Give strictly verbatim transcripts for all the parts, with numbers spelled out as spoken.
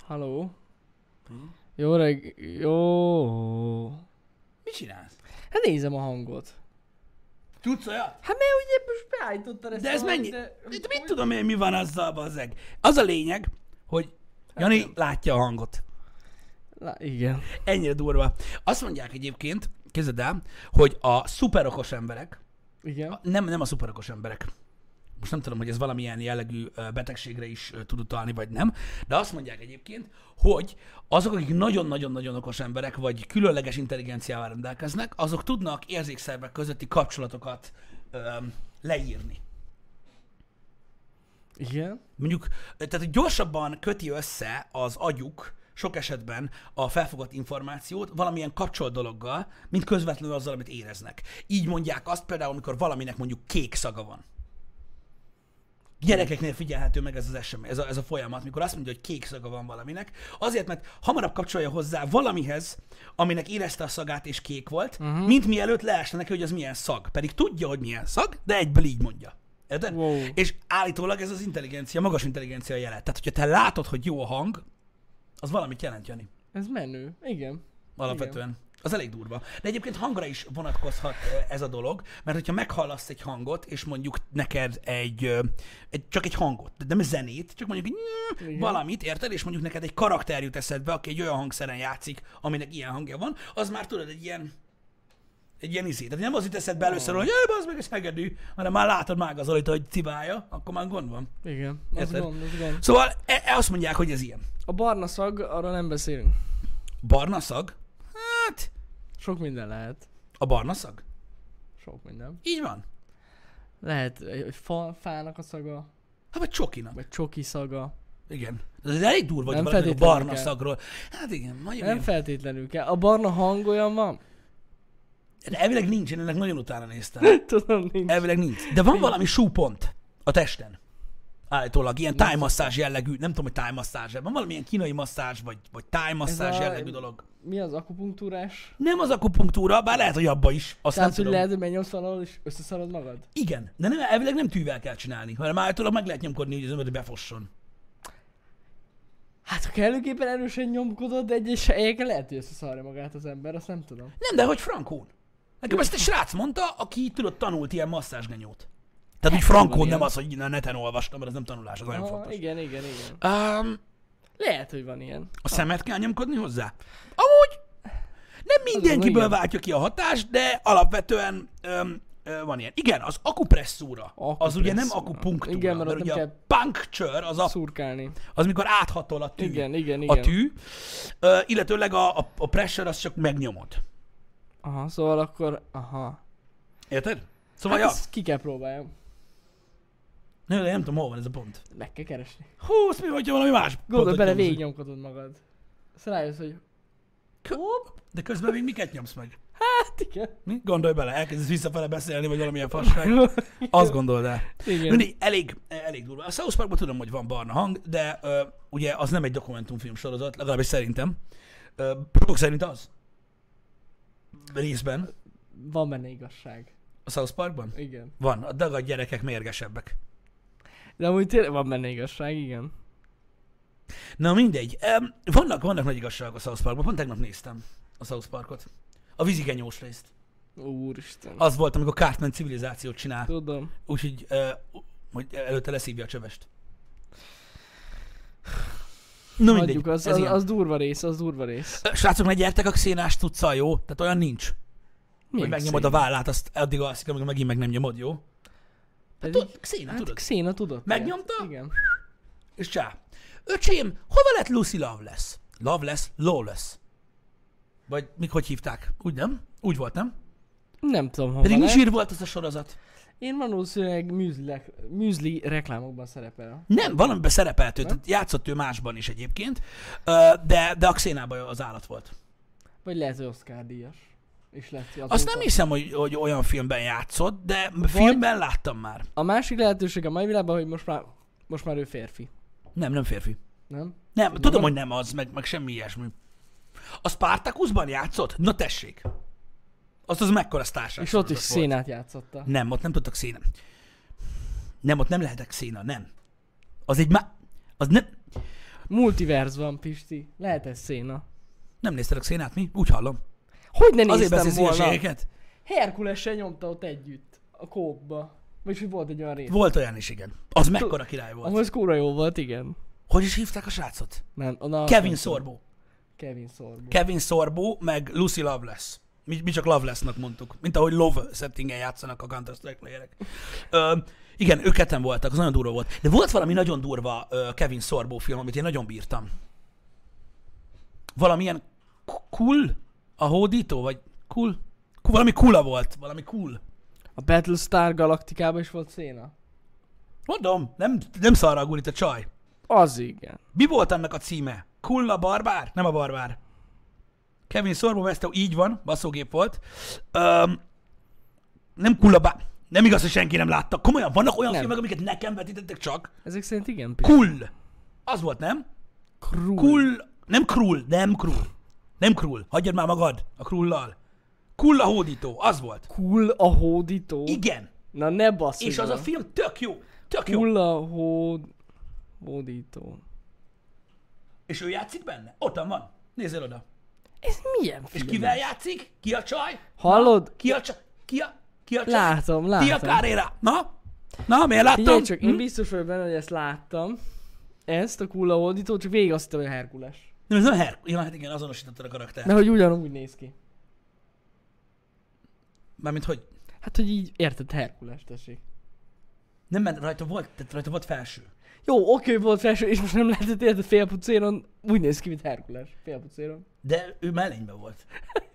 Halló? Hm? Jó reg... Jó... Mit csinálsz? Hát nézem a hangot. Tudsz olyat? Hát mert ugye most beállítottad ezt De ez a mennyi? De... De mit tudom én, mi van azzal, bazzeg? Az a lényeg, hogy Jani nem. látja a hangot. Lá, igen. Ennyire durva. Azt mondják egyébként, képzeld el, hogy a szuperokos emberek, Igen. nem, nem a szuperokos emberek, most nem tudom, hogy ez valamilyen jellegű ö, betegségre is ö, tud utalni, vagy nem, de azt mondják egyébként, hogy azok, akik nagyon-nagyon-nagyon okos emberek, vagy különleges intelligenciával rendelkeznek, azok tudnak érzékszervek közötti kapcsolatokat ö, leírni. Igen. Mondjuk, tehát hogy gyorsabban köti össze az agyuk sok esetben a felfogott információt valamilyen kapcsolt dologgal, mint közvetlenül azzal, amit éreznek. Így mondják azt például, amikor valaminek mondjuk kék szaga van. Gyerekeknél figyelhető meg ez az esemény, ez a, ez a folyamat, mikor azt mondja, hogy kék szaga van valaminek, azért, mert hamarabb kapcsolja hozzá valamihez, aminek érezte a szagát és kék volt, uh-huh. mint mielőtt leesne neki, hogy az milyen szag. Pedig tudja, hogy milyen szag, de egyből így mondja. Érted? Wow. És állítólag ez az intelligencia, magas intelligencia jele. Tehát, hogyha te látod, hogy jó a hang, az valamit jelent, Jani. Ez menő. Igen. Alapvetően. Igen. Az elég durva. De egyébként hangra is vonatkozhat ez a dolog, mert hogyha meghallasz egy hangot, és mondjuk neked egy, egy csak egy hangot, de nem zenét, csak mondjuk egy Igen. valamit, érted? És mondjuk neked egy karakter jut eszedbe, aki egy olyan hangszeren játszik, aminek ilyen hangja van, az már tudod, egy ilyen egy ilyen izé. Tehát nem az jut eszedbe először, hogy jaj, az meg ez hegedű, hanem már látod Mágazolita, hogy cibálja, akkor már gond van. Igen. Az Érted? gond, az gond. Szóval e- e azt mondják, hogy ez ilyen. A barna szag, arra nem beszélünk. Barna szag? Hát, Sok minden lehet. a barna szag? Sok minden. Így van. Lehet egy fa, fának a szaga, Hát vagy csokinak. vagy csoki szaga. Igen. Ez elég durva, hogy Nem valakinek a feltétlenül barna kell. szagról. Hát igen, nagyon Nem nem feltétlenül kell. A barna hang olyan van? De elvileg nincs, én ennek nagyon utána néztem. Tudom, nincs. Elvileg nincs. De van valami súpont a testen. Állítólag ilyen tájmasszázs jellegű, nem tudom, hogy tájmasszázs, van valamilyen kínai masszázs, vagy, vagy tájmasszázs Ez a- jellegű dolog. Mi az akupunktúrás? Nem az akupunktúra, bár lehet, hogy abba is. Azt Tehát, nem hogy tudom. lehet, hogy megnyomsz valahol és összeszarod magad? Igen, de nem, elvileg nem tűvel kell csinálni, hanem állítólag meg lehet nyomkodni, hogy az embert befosson. Hát, ha kellőképpen erősen nyomkodod egyes helyeken, lehet, hogy összeszarja magát az ember, azt nem tudom. Nem, de hogy frankón. Nekem ezt egy srác mondta, aki tudod, tanult ilyen masszázsgenyót. Tehát úgy frankón, van nem ilyen. az, hogy na, neten olvastam, mert ez nem tanulás, az nagyon Aha, fontos. igen, igen, igen. Um, Lehet, hogy van ilyen. a szemet kell nyomkodni hozzá? Amúgy nem mindenkiből igen. váltja ki a hatást, de alapvetően öm, ö, van ilyen. Igen, az akupresszúra, az ugye nem Akupresszúra. akupunktúra, Igen, mert mert ott ugye nem a puncture, az, a, Szurkálni. az mikor áthatol a tű. Igen, igen, A igen. tű, ö, illetőleg a, a, a pressure, az csak megnyomod. Aha, szóval akkor, aha. Érted? Szóval, Hát ja, ezt ki kell próbáljam. nem, nem tudom, hol van ez a pont. Meg kell keresni. Hú, azt mi, hogyha valami más Gondolj pontot bele, nyomsz. végignyomkodod magad. Aztán rájössz, hogy hopp, De közben még miket nyomsz meg? hát igen. Mi? Gondolj bele, elkezdesz visszafele beszélni, vagy valamilyen fasság. Azt gondold el. Igen. Mindig elég, elég durva. A South Parkban tudom, hogy van barna hang, de ö, ugye az nem egy dokumentumfilm sorozat, legalábbis szerintem. Ö, Sokak szerint az. Részben. Van benne igazság. A South Parkban? Igen. Van. A dagad gyerekek mérgesebbek. De amúgy tényleg van benne igazság, igen. Na mindegy. Öm, Vannak, vannak nagy igazságok a South Parkban. Pont tegnap néztem a South Parkot. A vízigenyós részt. Úristen. Az volt, amikor Cartman civilizációt csinál. Tudom. Úgyhogy ö, hogy előtte leszívja a csövest. Na mindegy, Hagyjuk, az, ez az, ilyen. az durva rész, az durva rész. Ö, Srácok, ne gyertek a xénás cuccal, jó? Tehát olyan nincs. Milyen Hogy megnyomod xéna? a vállát, azt addig alszik, amíg megint meg nem nyomod, jó? Pedig, Tudod, xéna, hát tudod? Xéna tudott. Megnyomta? ilyet. Igen. És csá. Öcsém, hova lett Lucy Loveless? Loveless? Lawless. Vagy mik hogy hívták? Úgy nem? Úgy volt, nem? Nem tudom, hova Pedig mi lett. zsír volt az a sorozat? Én valószínűleg műzli, műzli reklámokban szerepel. Nem, valamiben szerepelt ő, Nem? tehát játszott ő másban is egyébként, ö, de, de a xénában az állat volt. Vagy lehet, hogy Oscar díjas. És lett azóta. Azt nem hiszem, hogy, hogy olyan filmben játszott, de filmben láttam már. A másik lehetőség a mai világban, hogy most már, most már ő férfi. Nem, nem férfi. Nem? Nem, Tudom. tudom, hogy nem az, meg, meg semmi ilyesmi. A Spartacusban játszott? Na tessék. Azt az mekkora sztárság. És ott is sorozat volt. szénát játszotta. Nem, ott nem tudtak széna. Nem, ott nem lehetek széna, nem. Az egy má... Az nem... Multiverse van, Pisti. Lehet ez széna. Nem néztetek szénát, mi? Úgy hallom. Hogy ne Azért néztem beszélsz volna? hülyeségeket? Herkulessel nyomta ott együtt. A kópba. Vagyis hogy volt egy olyan rész. Volt olyan is, igen. Az mekkora király volt. Ahol ez kúra jó volt, igen. Hogy is hívták a srácot? Nem, na, Kevin nem Sorbo. Kevin Sorbo. Kevin Sorbo, meg Lucy Loveless. Mi, mi csak Loveless-nak mondtuk. Mint ahogy Love settingen játszanak a Counter-Strike playerek. Ö, igen, ők ketten voltak, az nagyon durva volt. De volt valami nagyon durva ö, Kevin Sorbo film, amit én nagyon bírtam. Valamilyen cool? A hódító? Vagy cool? cool? Valami kula volt. Valami cool. A Battlestar Galaktikában is volt széna? Mondom, nem, nem szarra a gulit a csaj. Az igen. Mi volt annak a címe? Kulla Barbár? Nem a Barbár. Kevin Sorbo Vesztő, így van, basszógép volt. Öm, nem Kulla Bár... Nem igaz, hogy senki nem látta. Komolyan, vannak olyan Nem. filmek, amiket nekem vetítettek csak. Ezek szerint igen, Pisti. Kull. Az volt, nem? Krull. Kull. Nem Krull, nem Krull. Nem Krull. Hagyjad már magad a Krullal. Kulla hódító, az volt. Kull a hódító? Igen. Na ne basszul. És az a film tök jó. Tök jó. Kull a hód... hódító. És ő játszik benne? Ottan van. Nézzél oda. Ez milyen És film? kivel játszik? Ki a csaj? Hallod? Ki a csaj? Ki a, ki a csaj? Látom, látom. Tia Carrera. Na? Na, miért láttam? Figyelj csak, én Hm? biztos vagyok benne, hogy ezt láttam. Ezt a Kull a hódító, csak végig azt hittem, hogy a Herkules. Nem, ez nem Her... Ja, hát igen, azonosítottad a karaktert. Mert hogy ugyanúgy néz ki. Mármint hogy? Hát, hogy így érted, Herkules, tessék. Nem, mert rajta volt, tehát rajta volt felső. Jó, oké, volt felső, és most nem lehetett érted félpucéron, úgy néz ki, mint Herkules. Félpucéron. De ő mellényben volt.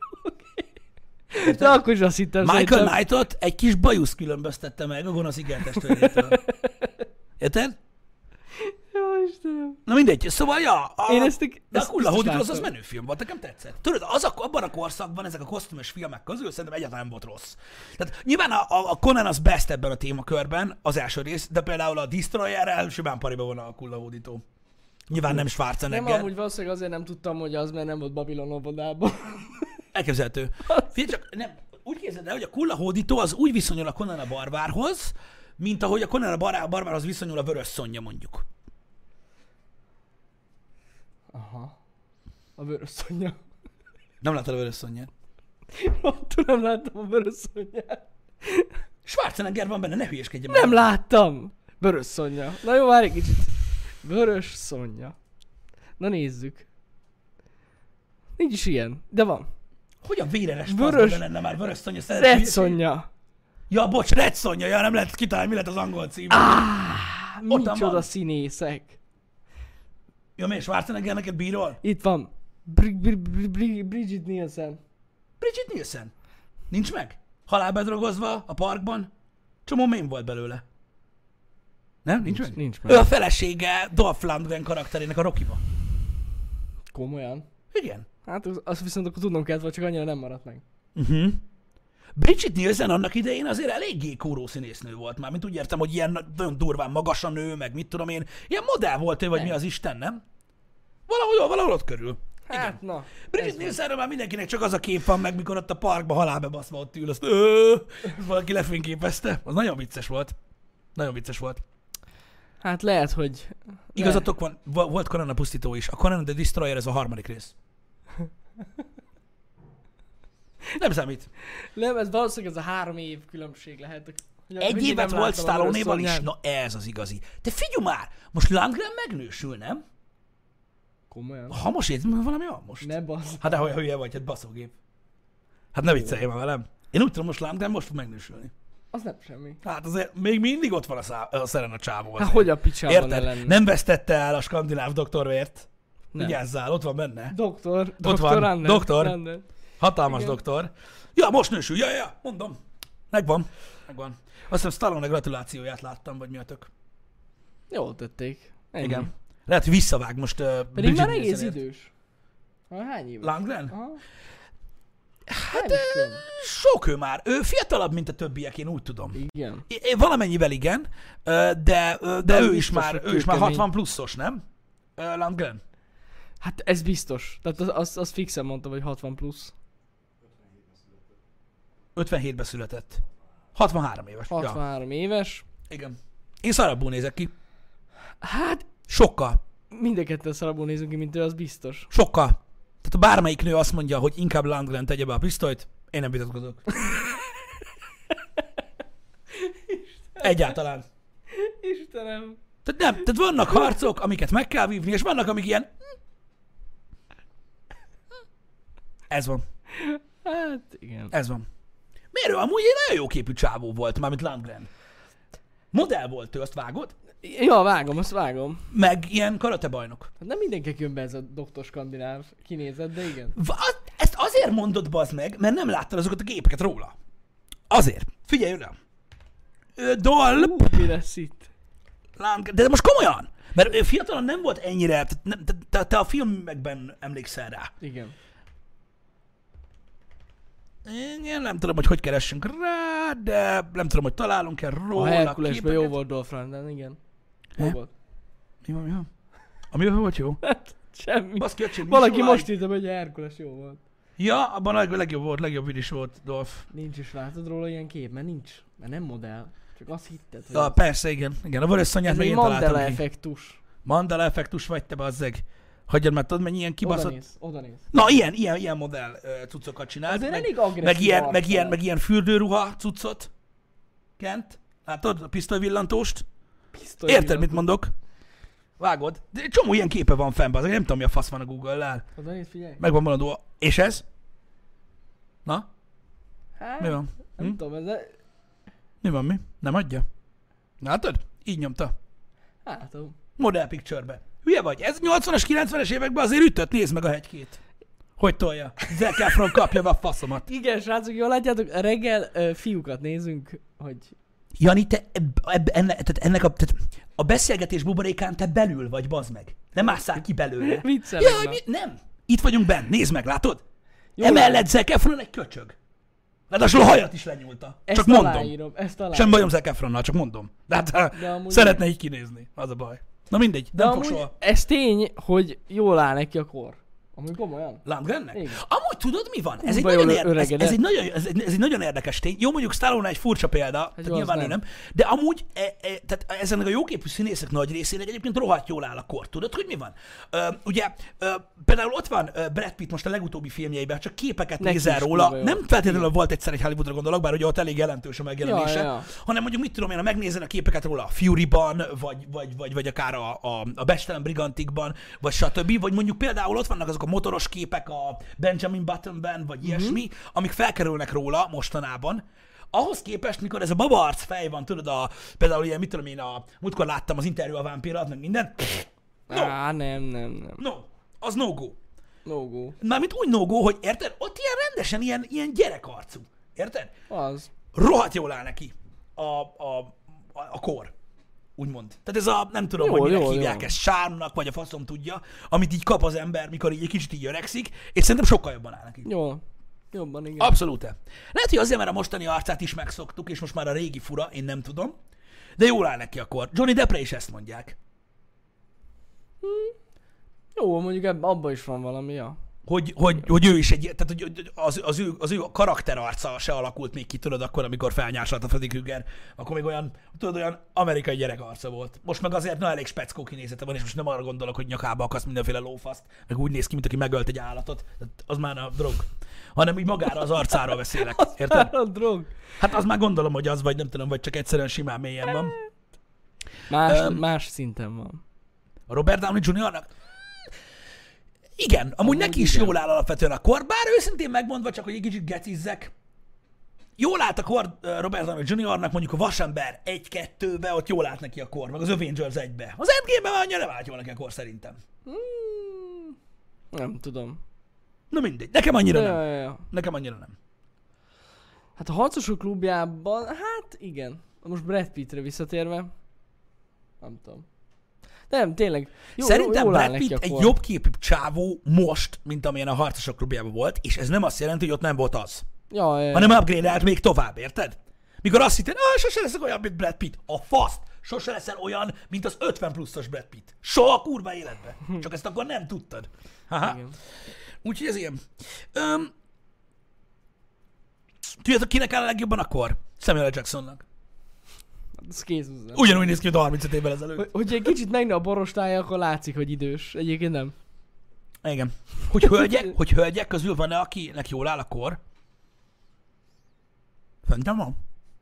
De akkor is azt hittem, Michael szerintem. Knightot egy kis bajusz különböztette meg a gonosz igen testvérétől. Érted? Jó, Istenem. Na mindegy, szóval ja, a, Én ezt, de a ezt Kulla biztos hódító az, az láttam. menő film volt, nekem tetszett. Tudod, az a, abban a korszakban ezek a kosztümös filmek közül szerintem egyáltalán nem volt rossz. Tehát nyilván a, a, a Conan az best ebben a témakörben, az első rész, de például a Destroyer-rel simán pariba van a Kulla hódító. Nyilván nem Nem, Schwarzenegger. amúgy valószínűleg azért nem tudtam, hogy az, mert nem volt Babylon óvodában. Elképzelhető. Figyelj csak, nem, úgy képzeld el, hogy a Kulla hódító az úgy viszonyul a Conan a barbárhoz, mint ahogy a Conan a bar- barbárhoz viszonyul a Vörös Szonya mondjuk. Aha. A vörös szonya. Nem láttad a Vörös Szonyát? Rottul nem láttam a vörös szonyát. Schwarzenegger van benne, ne hülyeskedj Nem láttam! Vörös szonya. Na jó, várj egy kicsit. Vörös szonya. Na nézzük. Nincs is ilyen, de van. Hogy a vérenes Vörös- Vörös... lenne már Vörös Szonya szeret? Red szonya. Ja, bocs, Red Szonya, ja, nem lehet kitalálni, mi lett az angol cím. Ah, Ottan micsoda van. színészek. Ja, miért Schwarzenegger neked bírol? Itt van. Bri- Bri- Bri- Bri- Bridget Nielsen. Bridget Nielsen. Nincs meg? Halálbedrogozva a parkban? Csomó mém volt belőle. Nem? Nincs, Nincs- meg? nincs meg. Ő a felesége Dolph Lundgren karakterének a Rocky-ba. Komolyan. Igen. Hát az- azt viszont akkor tudnom kellett, vagy csak annyira nem maradt meg. Uh-huh. Bridget Nielsen annak idején azért eléggé kóró színésznő volt már, mint úgy értem, hogy ilyen nagyon durván magas a nő, meg mit tudom én. Ilyen modell volt ő, vagy Nem. mi az Isten, nem? Valahol, valahol ott körül. Hát na. Bridget ez van. Nielsenről már mindenkinek csak az a kép van meg, mikor ott a parkba halálbe baszva ott ül, azt ö, valaki lefényképezte. Az nagyon vicces volt. Nagyon vicces volt. Hát lehet, hogy... Igazatok van, vo- volt Conan a pusztító is. A Conan the Destroyer, ez a harmadik rész. Nem számít. Nem, ez valószínűleg ez a három év különbség lehet. Hogy Egy mindig évet nem volt láttam a Vörös Stallone-val is. Szonyát. Na ez az igazi. De figyelj már, most Lundgren megnősül, nem? Komolyan. Ha most érted, valami van most. Ne bassz. Hát de hogy hülye vagy, hát baszógép. Hát ne viccelj már velem. Én úgy tudom, most Lundgren most fog megnősülni. Az nem semmi. Hát azért még mindig ott van a, szá- a Serena csávó. Hát azért. hogy a picsában ne Érted? lenne? Nem vesztette el a skandináv doktorvért. Nem. Vigyázzál, ott van benne. Doktor. Doktor van. Randall. Doktor. Randall. Hatalmas Igen. doktor. Ja, most nősül. Ja, ja, mondom. Megvan. Megvan. Azt hiszem Stallone gratulációját láttam, vagy mi a tök. Jól tették. Ennyi. Igen. Lehet, hogy visszavág most uh, Pedig Bridget már egész Nielsenért. idős. Ha, hány éves? Lundgren? Aha. Hát Nem is tudom. sok ő már. Ő fiatalabb, mint a többiek, én úgy tudom. Igen. I- I- valamennyivel igen, ö, de, ö, de az ő is biztos, már, hogy ő is már kőkemény. hatvan pluszos, nem? Ö, Lundgren. Hát ez biztos. Tehát az, az, az fixen mondtam, hogy hatvan plusz. ötvenhétben született. hatvanhárom éves. Ja, hatvanhárom éves. igen. Én szarabbul nézek ki. Hát Sokkal. mind a ketten szarabul nézünk ki, mint ő, az biztos. Sokkal. Tehát ha bármelyik nő azt mondja, hogy inkább Landgren tegye be a pisztolyt, én nem vitatkozok. Egyáltalán. Istenem. Tehát nem, tehát vannak harcok, amiket meg kell vívni, és vannak, amik ilyen... Ez van. Hát igen. Ez van. Miért ő amúgy egy nagyon jó képű csávó volt, mármint Landgren. Modell volt ő, azt vágod? Ja, vágom, azt vágom. Meg ilyen karatebajnok. Hát nem mindenkinek jön be ez a doktor skandináv kinézet, de igen. Va- ezt azért mondod, bazd meg, mert nem láttad azokat a képeket róla. Azért. Figyelj oda. Ö, Doll... Hú, mi lesz itt? Landgren, de most komolyan. Mert ő fiatalon nem volt ennyire, tehát nem, te, te, te a filmekben emlékszel rá. Igen. Én nem tudom, hogy hogy keressünk rá, de nem tudom, hogy találunk-e A róla Herkulesben képeket. jó volt Dolph Lundgren, igen. Jó He? volt. Mi van, mi van? Ami jó volt jó? Hát, semmi. Baszki, öcsém, Valaki nincs most róla- írta, hogy a Herkules jó volt. Ja, abban a leg- legjobb volt, legjobb is volt Dolph. Nincs is látod róla ilyen kép, mert nincs. Mert nem modell. Csak azt hitted, hogy Ja, az. persze, igen. Igen, a vörös szonyát Ez meg egy én találtam Mandela ki. effektus. Mandela effektus vagy te, bazzeg. Hagyjad már, tudod, mennyi ilyen Oda kibaszott... néz, oda néz. Na, ilyen, ilyen, ilyen modell uh, cuccokat csinált. Azért meg, elég agresszív meg, ilyen, arccal. meg, ilyen, meg ilyen fürdőruha cuccot. Kent. Látod? A pisztolyvillantóst. Pisztoly Érted, pillanat. mit mondok? Vágod? De egy csomó ilyen képe van fenn, bazzeg. Nem tudom, mi a fasz van a Google-lel. Oda néz, figyelj. Meg van maradó. És ez? Na? Hát, Mi van? nem Hm? tudom, ez... Mi van, mi? Nem adja? Látod? Így nyomta. Látom. Model Picture-be. Hülye vagy? Ez nyolcvanas, kilencvenes években azért ütött, nézd meg a hegykét. Hogy tolja? Zac Efron kapja be a faszomat. Igen, srácok, jól látjátok, reggel ö, fiúkat nézünk, hogy... Jani, te eb, eb, enne, tehát ennek a, tehát a beszélgetés buborékán te belül vagy, bazd meg. Nem másszál ki belőle. Viccelek, Jaj, na. mi? Nem. Itt vagyunk benn, nézd meg, látod? Jó, Emellett Zac Efron egy köcsög. Ráadásul a hajat is lenyúlta. Ezt Csak mondom. aláírom, ezt aláírom. Sem bajom Zac Efronnal, csak mondom. De hát De amúgy szeretne így kinézni, az a baj. Na mindegy, De nem fog amúgy soha. ez tény, hogy jól áll neki a kor. Amúgy komolyan. Landgrennek? Igen. Amúgy tudod, mi van? Ez egy, Kurva nagyon jól ér- ez, öregedett. ez, egy nagyon, ez, egy, ez egy nagyon érdekes tény. Jó, mondjuk Stallone egy furcsa példa, hát tehát jó, nyilván az ő nem. nem. De amúgy e, e, tehát ezen a jóképű színészek nagy részének egyébként rohadt jól áll a kor. Tudod, hogy mi van? Ö, ugye, ö, például ott van ö, Brad Pitt most a legutóbbi filmjeiben, csak képeket Neki nézel is róla. kurva jó. Nem feltétlenül volt egyszer egy Hollywoodra gondolok, bár ugye ott elég jelentős a megjelenése, Ja, ja, ja. hanem mondjuk mit tudom én, ha megnézel a képeket róla a Furyban, vagy, vagy, vagy, vagy akár a, a, a Bestelen Brigantikban, vagy stb. Vagy mondjuk például ott vannak azok a motoros képek a Benjamin Buttonben, vagy ilyesmi, Mhm. amik felkerülnek róla mostanában. Ahhoz képest, mikor ez a babaarc fej van, tudod, a, például ilyen, mit tudom én, a, múltkor láttam az interjú a vámpírral, meg minden. No, Á, nem, nem, nem. no, az no go. No go. Mármint úgy no go, hogy érted? Ott ilyen rendesen, ilyen, ilyen gyerekarcú. Érted? Az. Rohadt jól áll neki a, a, a, a kor. Úgymond. Tehát ez a, nem tudom, Jól, hogy minek jól, hívják jól. ezt, sármnak, vagy a faszom tudja, amit így kap az ember, mikor így egy kicsit így öregszik, és szerintem sokkal jobban áll neki. Jó. Jobban, igen. Abszolút. Lehet, hogy azért, mert a mostani arcát is megszoktuk, és most már a régi fura, én nem tudom, de jól áll neki akkor. Johnny Deppre is ezt mondják. Jó, mondjuk ebben abban is van valami, ja. Hogy, hogy, hogy ő is egy, tehát hogy az, az, ő, az ő karakterarca se alakult még ki, tudod, akkor, amikor felnyásolt a Freddy Krueger, akkor még olyan, tudod, olyan amerikai gyerekarca volt. Most meg azért na elég speckó kinézete van, és most nem arra gondolok, hogy nyakába akasz mindenféle lófaszt, meg úgy néz ki, mint aki megölt egy állatot, tehát az már a drog, hanem így magára az arcáról beszélek, érted? A drog. Hát az már gondolom, hogy az, vagy nem tudom, vagy csak egyszerűen simán mélyen van. Más, Öm. más szinten van. A Robert Downey juniornak igen, amúgy, Amúgy neki is igen. jól áll alapvetően a kor, bár őszintén megmondva csak, hogy egy kicsit gecizzek. Jól állt a kor uh, Robert Downey juniornak mondjuk a Vasember egy-kettőbe, ott jól állt neki a kor, meg az Avengers egybe. Az Endgame-ben már annyira nem állt jól neki a kor szerintem. Hmm, nem tudom. Na mindegy, nekem annyira Ja, nem. ja, ja. Nekem annyira nem. Hát a harcosok klubjában, hát igen. Most Brad Pittre visszatérve, nem tudom. Nem, tényleg. Jó, Szerintem jó, jól áll Brad neki Pitt a egy kor. jobb képű csávó most, mint amilyen a Harcosok klubjában volt, és ez nem azt jelenti, hogy ott nem volt az, Ja, ja, ja. hanem upgrade-elt még tovább, érted? Mikor azt hitted, ah, sose leszek olyan, mint Brad Pitt. A faszt! Sose leszel olyan, mint az ötven pluszos Brad Pitt. Soha a kurva életben. Csak ezt akkor nem tudtad. Aha. Igen. Úgyhogy ez ilyen. Öm, tudjátok, kinek áll a legjobban akkor? Samuel L. Jacksonnak. Ez kész hozzá. Ugyanúgy néz ki, mint harmincöt évvel ezelőtt. Hogy, hogyha egy kicsit megne a borostája, akkor látszik, hogy idős. Egyébként nem. Igen. Hogy hölgyek, hogy hölgyek közül van-e, akinek jól áll a kor? Szerintem van.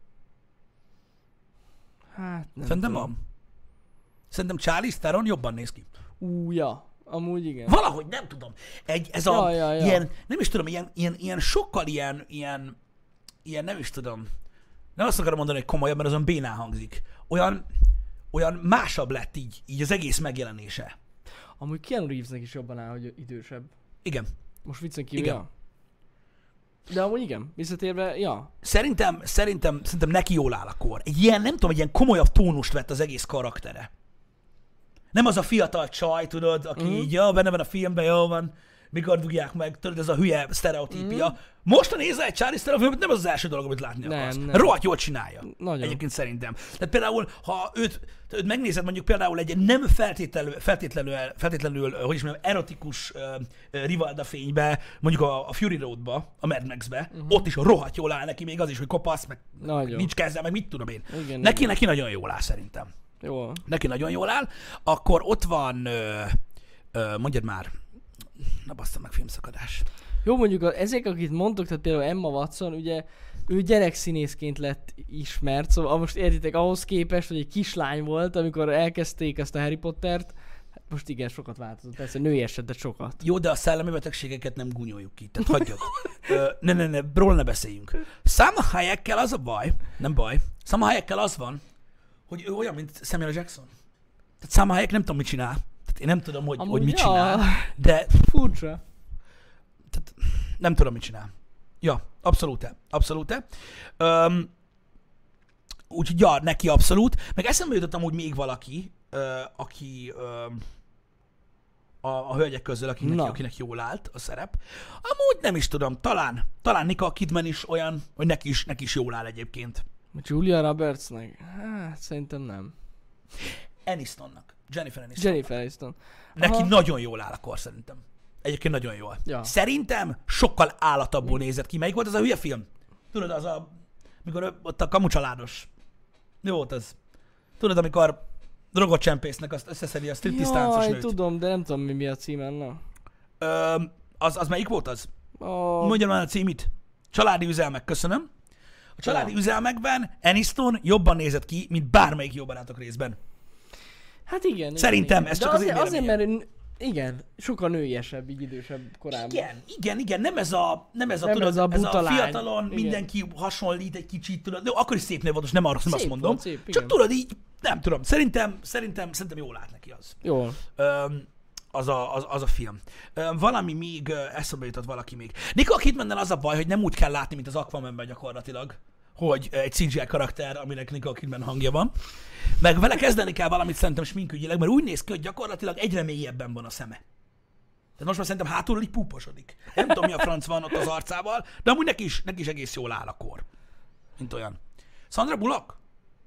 Hát nem Szerintem tudom. van. Szerintem Charlize Theron jobban néz ki. Ú, ja. Amúgy igen. Valahogy nem tudom. Egy, ez a Ja, ja, ja. ilyen, nem is tudom, ilyen, ilyen, ilyen sokkal ilyen, ilyen, ilyen, nem is tudom. Nem azt akarom mondani, hogy komolyabb, mert azon bénán hangzik. Olyan, olyan másabb lett így, így az egész megjelenése. Amúgy Keanu Reevesnek is jobban áll, hogy idősebb. Igen. Most viccen kívül, Igen. ja. De amúgy igen, visszatérve, ja. Szerintem, szerintem, szerintem neki jól áll a kor. Egy ilyen, nem tudom, egy ilyen komolyabb tónust vett az egész karaktere. Nem az a fiatal csaj, tudod, aki Mhm. így, ja, benne van a filmben, jó van, mikor dugják meg, tudod, ez a hülye sztereotípia. Mhm. Most, ha nézel egy Charlize Theron filmet, nem az az első dolog, amit látni Nem, akarsz. nem. Rohadt jól csinálja. Nagyon. Egyébként szerintem. Tehát például, ha őt, őt megnézed mondjuk például egy nem feltétlenül, feltétlenül, feltétlenül hogy is mondjam, erotikus uh, Rivalda fénybe, mondjuk a, a Fury Roadba, a Mad Max-be, Mhm. uh-huh. ott is rohadt jól áll neki, még az is, hogy kopasz, meg Nagyon. nincs keze, meg mit tudom én. Igen, neki, igen. neki nagyon jól áll szerintem. Jó. Neki nagyon jól áll. Akkor ott van, ö, ö, mondjad már, na basszam meg, filmszakadás. Jó, mondjuk a, ezek, akit mondtok, tehát például Emma Watson, ugye ő gyerekszínészként lett ismert, szóval most értitek, ahhoz képest, hogy egy kislány volt, amikor elkezdték ezt a Harry Pottert, hát most igen, sokat változott, persze nőiesedett sokat. Jó, de a szellemi betegségeket nem gúnyoljuk ki, tehát hagyjuk. Ö, ne, ne, ne, róla ne beszéljünk. Salma Hayekkel az a baj, nem baj, Salma Hayekkel az van, hogy ő olyan, mint Samuel Jackson. Tehát Salma Hayek nem tudom, mit csinál. Tehát én nem tudom, hogy, Amúgy hogy mit ja. csinál, de Furcsa. tehát nem tudom, mit csinál. Ja, abszolút, abszolút. Um, úgyhogy ja, neki abszolút. Meg eszembe jutott amúgy még valaki, ö, aki ö, a, a hölgyek közül, akinek, Na. akinek jól állt a szerep. Amúgy nem is tudom, talán, talán Nicole Kidman is olyan, hogy neki is, neki is jól áll egyébként. Julia Robertsnek? Hát szerintem nem. Anistonnak. Jennifer Aniston. Jennifer Aniston. Neki Aha. nagyon jól áll a kor szerintem. Egyébként nagyon jól. Ja. Szerintem sokkal állatabbul nézett ki. Melyik volt az a hülye film? Tudod, az a... Mikor ő- ott a kamucsaládos. Mi volt az? Tudod, amikor drogot csempésznek, azt összeszedi a striptease táncos Jaj, nőt. tudom, de nem tudom mi, mi a címe, na. Ö, az, az melyik volt az? Oh, Mondjam már a címit. Családi üzelmek, köszönöm. A családi Ja. üzelmekben Aniston jobban nézett ki, mint bármelyik Jó barátok részben. hát igen. Szerintem, igen. ez De csak az én azért, azért, véleményem. mert ő- igen, sokkal nőiesebb, így idősebb korában. Igen, igen, igen, nem ez a, nem ez a, Nem tudod, ez a ez buta a lány. fiatalon Igen. mindenki hasonlít egy kicsit, tudod, de akkor is szép nő volt, most nem arra nem azt Szép mondom. volt, szép, Csak igen. tudod így, nem tudom, szerintem, szerintem, szerintem jól lát neki az. Jól. Öm, az a, az, az a film. Öm, valami még, ö, eszembe jutott valaki még. Nicole Kidmannel az a baj, hogy nem úgy kell látni, mint az Aquamanben gyakorlatilag, hogy egy cé gé i karakter, aminek Nicole Kidman hangja van. Meg vele kezdeni kell valamit szerintem sminkügyileg, mert úgy néz ki, hogy gyakorlatilag egyre mélyebben van a szeme. Tehát most már szerintem hátulról így púposodik. Nem tudom, mi a franc van ott az arcával, de amúgy neki is, neki is egész jól áll a kor. Mint olyan. Sandra Bullock?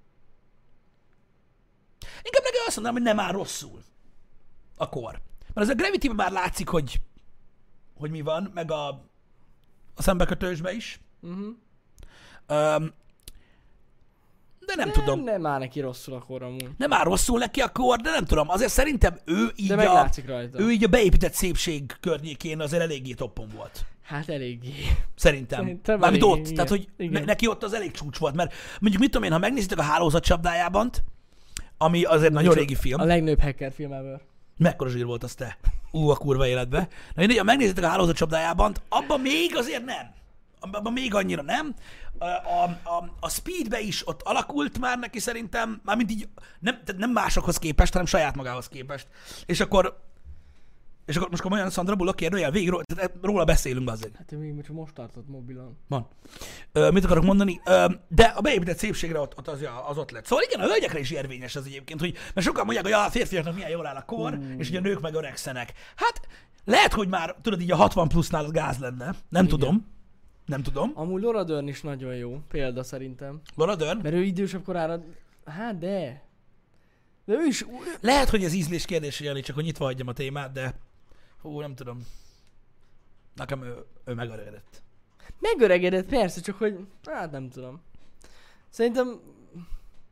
Inkább neki azt mondanám, hogy nem áll rosszul a kor. Mert az a Gravity-ben már látszik, hogy, hogy mi van, meg a, a szembekötősbe is. Uh-huh. Um, de nem tudom. Nem áll neki rosszul akkor amúgy. Nem áll rosszul neki a kor, de nem tudom. Azért szerintem ő így, De a, meglátszik rajta. ő így a beépített szépség környékén azért eléggé toppon volt. Hát eléggé. Szerintem. Szerintem Mármint elég, ott. igen, Tehát, hogy igen. ne, neki ott az elég csúcs volt. Mert mondjuk mit tudom én, ha megnézitek a Hálózat csapdájában, ami azért nagyon régi film. A legnőbb hacker filmeből. Mekkora zsír volt az te? Ú, a kurva életbe. Na mindegy, ha megnézitek a Hálózat csapdájában, abban még azért nem. Abban még annyira nem. A, a, a, a Speedbe is ott alakult már neki szerintem, mármint így nem, tehát nem másokhoz képest, hanem saját magához képest. És akkor és akkor most komolyan Sandra Bullock kérdőjel végig ró- tehát róla beszélünk azért. Hát ő még csak most tartott mobilon. Van. Ö, mit akarok mondani? Ö, de a beépített szépségre ott, ott az, az ott lett. Szóval igen, a hölgyekre is érvényes ez egyébként, hogy mert sokan mondják, hogy ja, a férfiaknak milyen jól áll a kor, mm. és hogy a nők meg öregszenek. Hát lehet, hogy már tudod így a hatvan plusznál az gáz lenne. Nem Igen. tudom. Nem tudom. Amúgy Laura Dern is nagyon jó példa szerintem. Laura Dern? Mert ő idősebb korára... Hát de... De ő is... Lehet, hogy ez ízlés kérdés, Jani, csak hogy nyitva hagyjam a témát, de hú, nem tudom. Nekem ő, ő megöregedett. Megöregedett, persze, csak hogy... Hát nem tudom. Szerintem...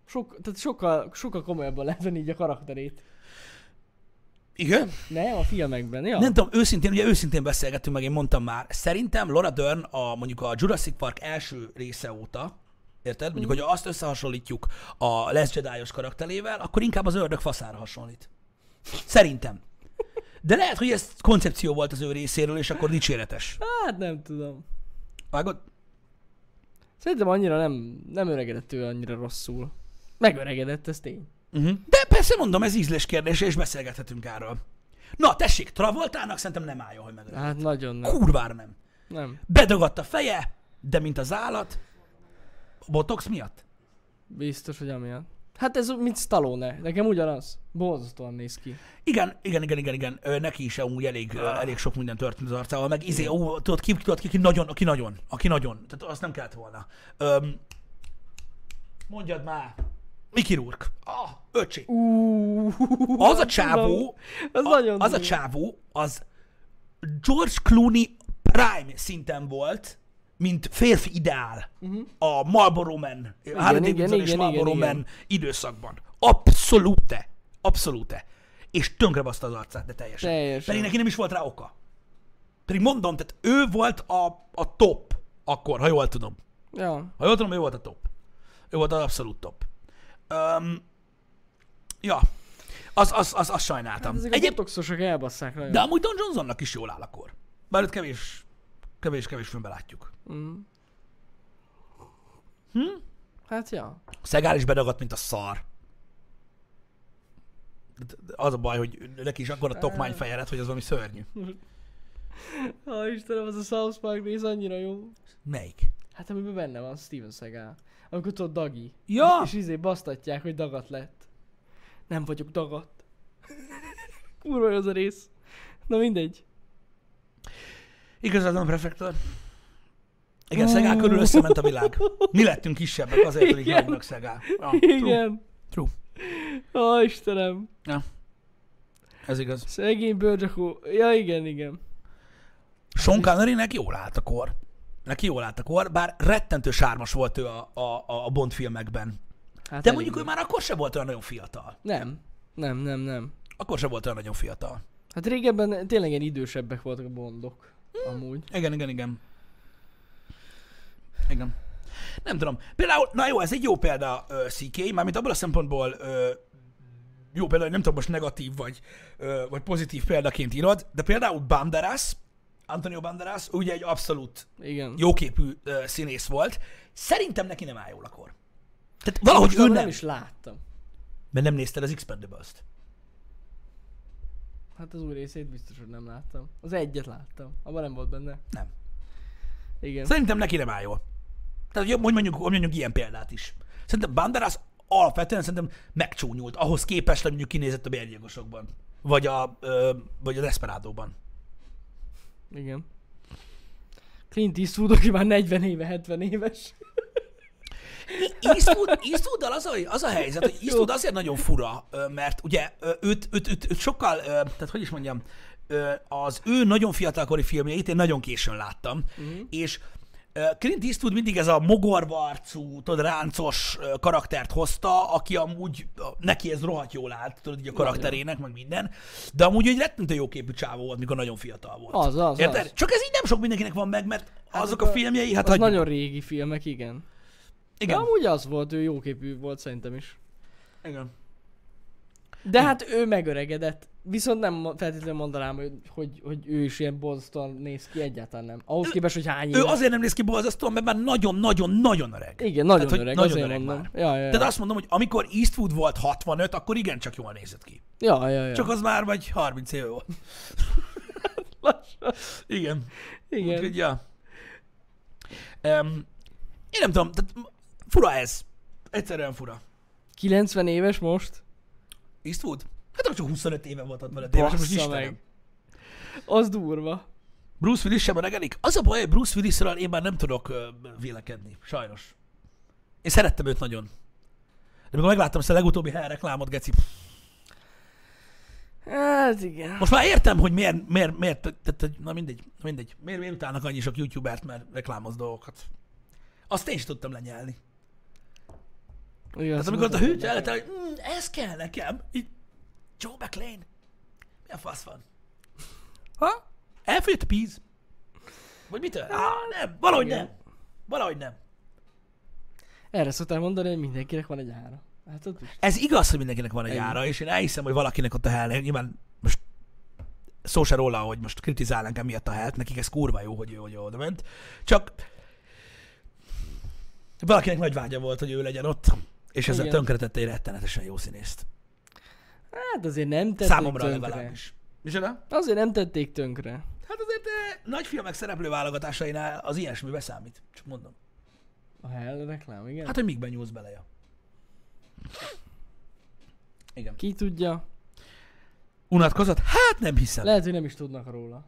Sok, tehát sokkal, sokkal komolyabban lehet venni így a karakterét. Igen? Nem, a filmekben, ja. Nem tudom, őszintén, ugye őszintén beszélgettünk meg, én mondtam már, szerintem Laura Dern a, mondjuk a Jurassic Park első része óta, érted? Mondjuk, mm. hogy azt összehasonlítjuk a Les Jedi-os karakterével, akkor inkább az ördög faszára hasonlít. Szerintem. De lehet, hogy ez koncepció volt az ő részéről, és akkor dicséretes. Hát nem tudom. Vágod? Szerintem annyira nem, nem öregedett ő annyira rosszul. Megöregedett, ez tény. Uh-huh. De persze mondom, ez ízlés kérdése, és beszélgethetünk erről. Na, tessék, Travoltának szerintem nem állja, hogy megöregedett. Hát nagyon nem. Kurvára nem. Nem. Bedagadt a feje, de mint az állat. Botox miatt? Biztos, hogy amiatt. Hát ez mint Stallone. Nekem ugyanaz. Borzasztóan néz ki. Igen, igen, igen, igen, igen. Ö, neki is amúgy elég, uh. elég sok minden történt az arcával, meg izé, ó, tudod ki, tudod ki, aki nagyon, aki nagyon, aki nagyon. Tehát azt nem kellett volna. Öm, mondjad már. Mickey Rourke. Ah, öcsi. Uh, Az a csávó, az, a, nagyon az a csávó, az George Clooney prime szinten volt, mint férfi ideál uh-huh. a Marlboro Man, Harley Davidson és Marlboro igen, Man igen. időszakban. Abszolúte. Abszolúte. És tönkrebaszta az arcát, de teljesen. teljesen. Pedig neki nem is volt rá oka. Pedig mondom, tehát ő volt a, a top akkor, ha jól tudom. Ja. Ha jól tudom, ő volt a top. Ő volt az abszolút top. Um, ja. Az, az, az, az sajnáltam. Hát ezek Egyéb... a botoxosok elbasszák nagyon. De amúgy Don Johnsonnak is jól áll akkor. Bár őt kevés, kevés, kevés filmben látjuk. Mm. Hm? Hát ja. Szegál is bedagadt, mint a szar. Az a baj, hogy neki is akkor a tokmány feje lett, hogy az valami szörnyű. Ha Istenem, az a South Park rész annyira jó. Melyik? Hát amiben benne van Steven Seagal. Amikor tudod Dagi. Ja! És izé basztatják, hogy dagat lett. Nem vagyok dagat. Kurva jó az a rész. Na mindegy. Igazad van, prefektor. Igen, uh. Seagal körül összement a világ. Mi lettünk kisebbek, azért pedig nagynak Seagal. Ja, igen. True. Ó, Istenem. Ja. Ez igaz. Szegény Bőrgyakó. Ja, igen, igen. Sean Connerynek jól állt a kor. Neki jól állt a kor, bár rettentő sármos volt ő a, a, a Bond filmekben. Hát de mondjuk ő már akkor sem volt olyan nagyon fiatal. Nem. Nem, nem, nem. Akkor sem volt olyan nagyon fiatal. Hát régebben tényleg ilyen idősebbek voltak a Bondok. Hmm. Amúgy. Igen, igen, igen. Igen. Nem tudom. Például, na jó, ez egy jó példa uh, cé ká, mármint abból a szempontból uh, jó példa, hogy nem tudom most negatív vagy, uh, vagy pozitív példaként írod, de például Banderas, Antonio Banderas, ugye egy abszolút igen. jóképű uh, színész volt. Szerintem neki nem áll jól a kor. Tehát valahogy ő nem. nem is láttam. Mert nem nézted az Expendables-t. Hát az új részét biztos, hogy nem láttam. Az egyet láttam. Abban nem volt benne. Nem. Igen. Szerintem neki nem áll jól. Tehát hogy mondjuk, hogy mondjuk ilyen példát is. Szerintem Banderas alapvetően szerintem megcsúnyult, ahhoz képest, hogy mondjuk kinézett a Bérgyilkosokban. Vagy a, ö, vagy a Desperádóban. Igen. Clint Eastwood, aki már negyven éve, hetven éves. Eastwood, Eastwooddal az a, az a helyzet, hogy Eastwood azért nagyon fura, mert ugye őt, őt, őt, őt sokkal, tehát hogy is mondjam, az ő nagyon fiatalkori filmjeit én nagyon későn láttam, uh-huh. és Clint Eastwood mindig ez a mogorva arcú, tudod, ráncos karaktert hozta, aki amúgy neki ez rohadt jól állt, tudod, így a karakterének, meg minden, de amúgy egy rettentő jóképű csávó volt, mikor nagyon fiatal volt. Az, az, érted? az. Csak ez így nem sok mindenkinek van meg, mert hát azok a, a filmjei, hát az hagyjuk. Nagyon régi filmek, igen. Igen. De amúgy az volt, ő jóképű volt szerintem is. Igen. De hát ő megöregedett. Viszont nem feltétlenül mondanám, hogy, hogy, hogy ő is ilyen borzasztóan néz ki, egyáltalán nem. Ahhoz képest, hogy hány éve. Ő azért nem néz ki borzasztóan, mert már nagyon-nagyon-nagyon öreg. Igen, nagyon Tehát, öreg, nagyon azért öreg mondom. már. Ja, ja, ja. Tehát azt mondom, hogy amikor Eastwood volt hatvanöt, akkor igencsak jól nézett ki. Ja, ja, ja. Csak az már vagy harminc éve volt. Igen. Igen. Úgyhogy, ja. Um, én nem tudom, tehát fura ez. Egyszerűen fura. kilencven éves most? Eastwood? Hát csak huszonöt éve volt ott veled éves, most Istenem. Az durva. Bruce Willis sem öregedik? Az a baj, hogy Bruce Willisről én már nem tudok uh, vélekedni. Sajnos. Én szerettem őt nagyon. De amikor megláttam ezt a legutóbbi Hell reklámot, geci. Hát igen. Most már értem, hogy miért, miért, miért, tehát, na mindegy, mindegy. Miért, miért utálnak annyi sok youtubert, mert reklámoz dolgokat. Azt én is tudtam lenyelni. Tehát amikor a hűtő elett, hogy mm, ez kell nekem, így Joe McClane, mi a fasz van? Ha? Elfogyott a píz? Vagy mitől? Ah, nem, valahogy Igen. nem. Valahogy nem. Erre szoktál mondani, hogy mindenkinek van egy ára. Hát ott is. Ez igaz, hogy mindenkinek van egy Ennyi. ára, és én elhiszem, hogy valakinek ott a hell, nyilván most szó se róla, hogy most kritizálnánk emiatt a helt, nekik ez kurva jó, hogy ő, hogy ő oda ment. Csak valakinek nagy vágya volt, hogy ő legyen ott, és ezzel Igen. tönkretette egy rettenetesen jó színészt. Hát azért nem tették Számomra tönkre. legalábbis. Micsoda? Azért nem tették tönkre. Hát azért eh, nagy filmek szereplő válogatásainál az ilyesmi beszámít. Csak mondom. A Hell reklám, igen? Hát, hogy mikben nyúlsz bele, ja. Igen. Ki tudja? Unatkozott? Hát nem hiszem. Lehet, hogy nem is tudnak róla.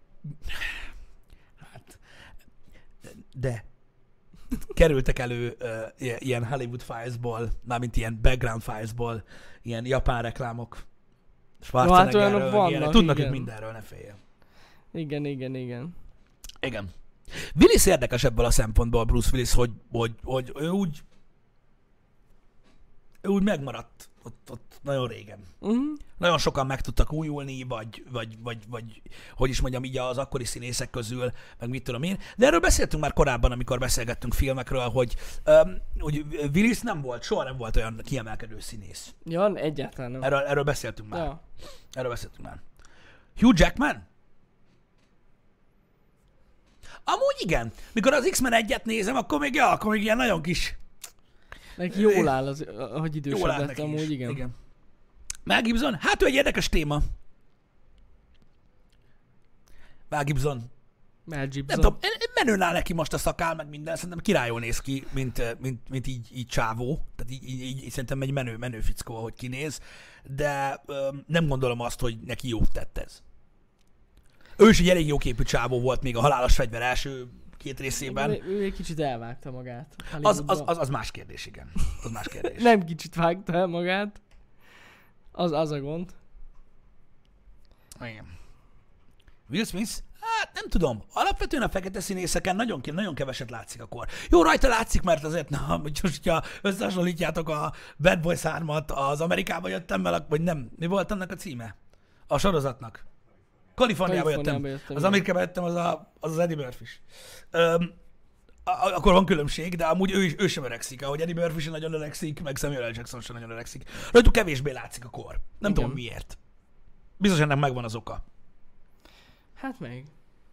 Hát, de kerültek elő uh, ilyen Hollywood Files-ból, mármint ilyen background Files-ból, ilyen japán reklámok. Schwarzeneggerről, olyanok meg vannak, ilyenek. Tudnak igen. ők mindenről, ne féljen. Igen, igen, igen. Igen. Willis érdekes ebből a szempontból, Bruce Willis, hogy, hogy, hogy ő úgy ő úgy megmaradt ott, ott nagyon régen. Uh-huh. Nagyon sokan meg tudtak újulni, vagy, vagy, vagy, vagy hogy is mondjam, így az akkori színészek közül, meg mit tudom én. De erről beszéltünk már korábban, amikor beszélgettünk filmekről, hogy, um, hogy Willis nem volt, soha nem volt olyan kiemelkedő színész. Ja, egyáltalán nem. Erről, erről beszéltünk már. Ja. Erről beszéltünk már. Hugh Jackman? Amúgy igen. Mikor az X-Men egyet nézem, akkor még, ja, akkor még ilyen nagyon kis... Neki jól áll, az, hogy idősebb Jól áll lett neki amúgy, is. igen. igen. Mel Gibson? Hát ő egy érdekes téma. Mel Gibson. Mel Nem Gibson. tudom, menőn áll neki most a szakál, meg minden, szerintem királyul néz ki, mint, mint, mint így, így csávó. Tehát így, így, így szerintem egy menő, menő fickó, ahogy kinéz. De öm, nem gondolom azt, hogy neki jót tett ez. Ő is egy elég jóképű csávó volt még a Halálos Fegyver első két részében. Ő, ő egy kicsit elvágta magát. Az, az, az, az más kérdés, igen. Az más kérdés. Nem kicsit vágta el magát. Az, az a gond. Igen. Will Smith? Hát nem tudom. Alapvetően a fekete színészeken nagyon, nagyon keveset látszik akkor. Jó, rajta látszik, mert azért, na, most, hogyha összehasonlítjátok a Bad Boys hármat az Amerikába jöttem el, vagy nem. Mi volt annak a címe? A sorozatnak. Kaliforniába jöttem. Kaliforniába jöttem, Az igen. Amerikába jöttem, az a, az, az Eddie Murphy is. Öm, a- a- akkor van különbség, de amúgy ő, is, ő sem öregszik. Ahogy Eddie Murphy sem nagyon öregszik, meg Samuel L. Jackson sem nagyon öregszik. Rajtuk kevésbé látszik a kor. Nem Igen. tudom miért. Biztos ennek megvan az oka. Hát meg.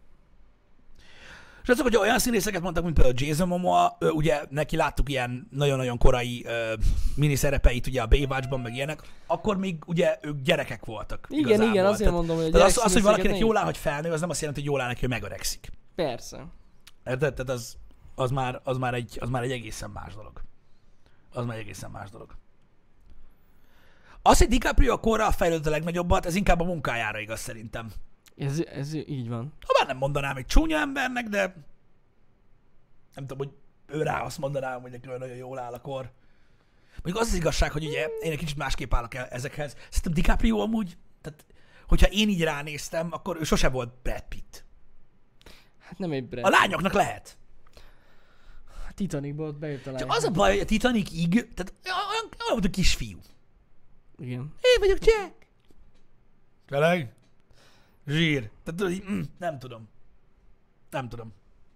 És azok, hogy olyan színészeket mondtak, mint például Jason Momoa, ő, ugye neki láttuk ilyen nagyon-nagyon korai uh, miniszerepeit ugye a Baywatchban, meg ilyenek, akkor még ugye ők gyerekek voltak. Igen, igazából. igen, azért Tehát- mondom, hogy a tehát az, az, hogy gyerekszínészeket valakinek nem- jól áll, hogy felnő, az nem azt jelenti, hogy jól áll neki, hogy megöregszik. Persze. Érted? Tehát az, az, már, az, már egy, az már egy egészen más dolog. Az már egy egészen más dolog. Az, hogy DiCaprio a korra fejlődött a legnagyobbat, ez inkább a munkájára igaz szerintem. Ez, ez így van. Ha bár nem mondanám egy csúnya embernek, de nem tudom, hogy ő rá azt mondanám, hogy neki olyan nagyon jól áll a kor. Mondjuk az az igazság, hogy ugye én egy kicsit másképp állok el ezekhez. Szerintem DiCaprio amúgy, tehát hogyha én így ránéztem, akkor ő sose volt Brad Pitt. Hát nem egy Brad. A lányoknak lehet. A Titanicból ott bejött a lány. Csak az a baj, hogy a Titanicig, tehát olyan, olyan volt a kisfiú. Igen. Én vagyok Jack. Tényleg? Zsír. Tehát tudod, így, mm, nem tudom. Nem tudom.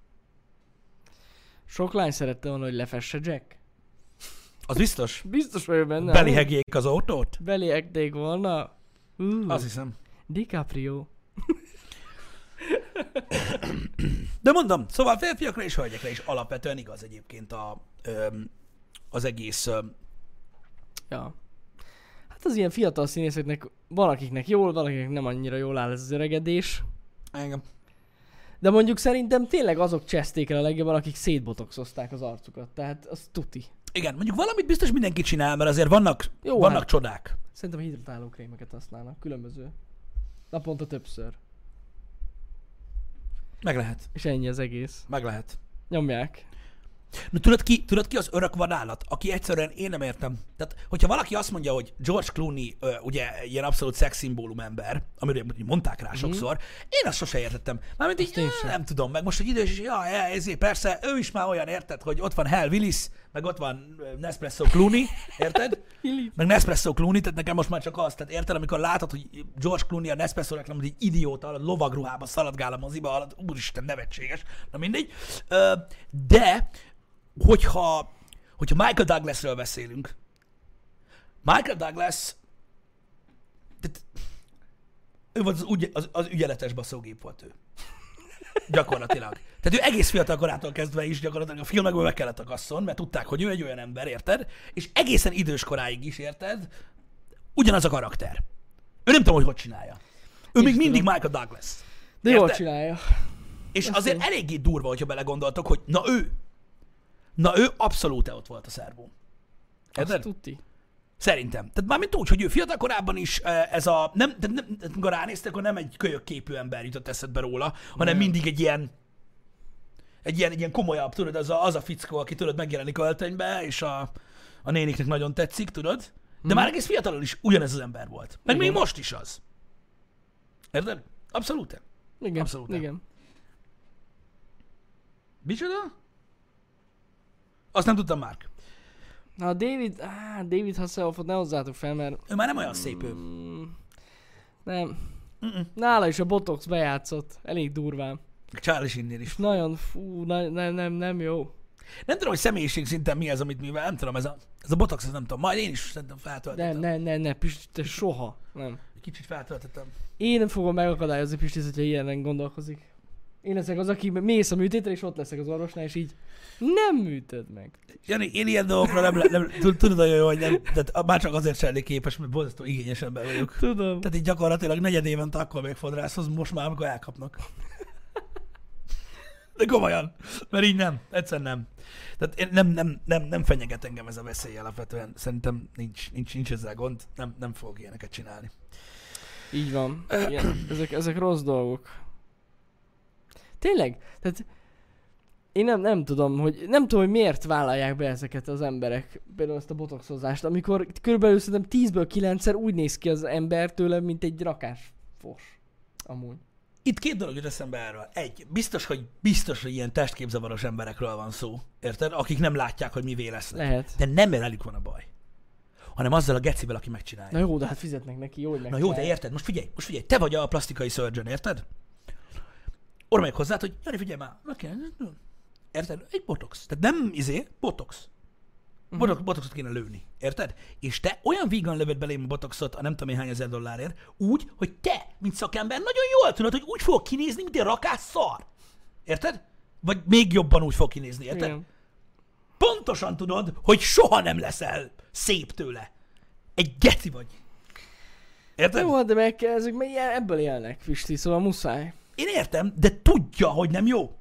Sok lány szerette volna, hogy lefesse Jack. Az biztos? Biztos vagyok benne. Belihegyék az autót? Beliekték volna. Uh, Azt hiszem. DiCaprio. De mondom, szóval férfiakra és hölgyekre is alapvetően igaz egyébként a, öm, az egész... Öm, Ja. Hát az ilyen fiatal színészeknek van akiknek jól, van akiknek nem annyira jól áll ez az öregedés. engem. De mondjuk szerintem tényleg azok cseszték el a legjobban, akik szétbotoxozták az arcukat. Tehát az tuti. Igen, mondjuk valamit biztos mindenki csinál, mert azért vannak, Jó, vannak hát. csodák. Szerintem hidratáló krémeket használnak. Különböző. Naponta többször. Meg lehet. És ennyi az egész. Meg lehet. Nyomják. Na, tudod ki, tudod ki az örök vadállat, aki egyszerűen én nem értem. Tehát, hogyha valaki azt mondja, hogy George Clooney ö, ugye ilyen abszolút szexszimbólum ember, amiről mondták rá sokszor, én azt sose értettem. Mármint így, én á, sem. nem tudom, meg most, hogy idős, és ja, ja, ezért persze, ő is már olyan érted, hogy ott van Hal Willis, meg ott van Nespresso Clooney, érted? Meg Nespresso Clooney, tehát nekem most már csak az, tehát érted, amikor látod, hogy George Clooney a Nespresso reklámot, egy idióta, a lovagruhába szaladgál a moziba, alatt, úristen, nevetséges, na mindegy. De, hogyha, hogyha Michael Douglasről beszélünk, Michael Douglas, tehát, ő volt az, ügy, az, az ügyeletes baszógép volt ő. Gyakorlatilag. Tehát ő egész fiatal korától kezdve is gyakorlatilag a filmekből meg kellett akasszon, mert tudták, hogy ő egy olyan ember, érted? És egészen idős koráig is, érted? Ugyanaz a karakter. Ő nem tudom, hogy hogy csinálja. Ő Én még tudom. mindig Michael Douglas. De jól Érted? csinálja. És Azt azért én. eléggé durva, hogyha belegondoltok, hogy na ő, na ő abszolút ott volt a szervón. Azt Érted? tuti. Szerintem. Tehát mármint úgy, hogy ő fiatal korában is eh, ez a, nem, de nem, amikor ránéztek, akkor nem egy kölyök képű ember jutott eszedbe róla, hanem Nem. mindig egy ilyen, egy ilyen, egy ilyen komolyabb, tudod, az a, az a fickó, aki tudod megjelenik öltönybe, és a, a néniknek nagyon tetszik, tudod? De Mhm. már egész fiatalon is ugyanez az ember volt. Meg Igen. még most is az. Érted? Abszolút. Igen, Abszolút. igen. Micsoda? Azt nem tudtam már. Na a David, á, David Hasselhoffot ne hozzátok fel, mert Ő már nem olyan szép ő. mm, nem. Mm-mm. Nála is a Botox bejátszott. Elég durván. Charlie Sheen-nél is. Nagyon, fú, ne, nem, nem, nem jó. Nem tudom, hogy személyiség szinten mi ez, amit mivel, nem tudom, ez a, ez a botox, ez nem tudom, majd én is szerintem feltöltöttem. Nem, nem, nem, nem, Pisti, te soha. Nem. Kicsit feltöltöttem. Én nem fogom megakadályozni Pistit, hogyha ilyenen gondolkozik. Én leszek az, aki mész a műtétre, és ott leszek az orvosnál, és így nem műtöd meg. Jani, én ilyen dolgokra nem, le- nem tud- tudod olyan jó, hogy nem, tehát már csak azért sem lennék képes, mert borzasztó igényes ember vagyok. Tudom. Tehát így gyakorlatilag negyed évente akkor még fodrászhoz, most már, amikor elkapnak. De komolyan, mert így nem, egyszerűen nem. Tehát én nem, nem, nem, nem fenyeget engem ez a veszély alapvetően. Szerintem nincs, nincs, nincs ezzel gond, nem, nem fogok ilyeneket csinálni. Így van. Igen. Ezek, ezek rossz dolgok. Tényleg? Tehát én nem, nem tudom, hogy nem tudom, hogy miért vállalják be ezeket az emberek, például ezt a botoxozást, amikor körülbelül szerintem tízből kilencszer úgy néz ki az ember tőle, mint egy rakás fos. Amúgy. Itt két dolog jut eszembe erről. Egy, biztos, hogy biztos, hogy ilyen testképzavaros emberekről van szó, érted? Akik nem látják, hogy mivé lesznek. Lehet. De nem velük van a baj, hanem azzal a gecivel, aki megcsinálja. Na jó, de hát fizetnek neki, jó, hogy Na jó, megcsinálják. de érted? Most figyelj, most figyelj, te vagy a plastikai surgeon, érted? Oda megyek hozzád, hogy Jani, figyelj már, meg kell, érted? Egy botox. Tehát nem izé, botox. Botox, botoxot kéne lőni, érted? És te olyan vígan lövöd belém a botoxot a nem tudom én hány ezer dollárért, úgy, hogy te, mint szakember, nagyon jól tudod, hogy úgy fog kinézni, mint egy rakás szar. Érted? Vagy még jobban úgy fog kinézni, érted? Igen. Pontosan tudod, hogy soha nem leszel szép tőle. Egy geci vagy. Érted? Jó, de meg kell, ezek meg ilyen- ebből élnek, Pisti, szóval muszáj. Én értem, de tudja, hogy nem jó.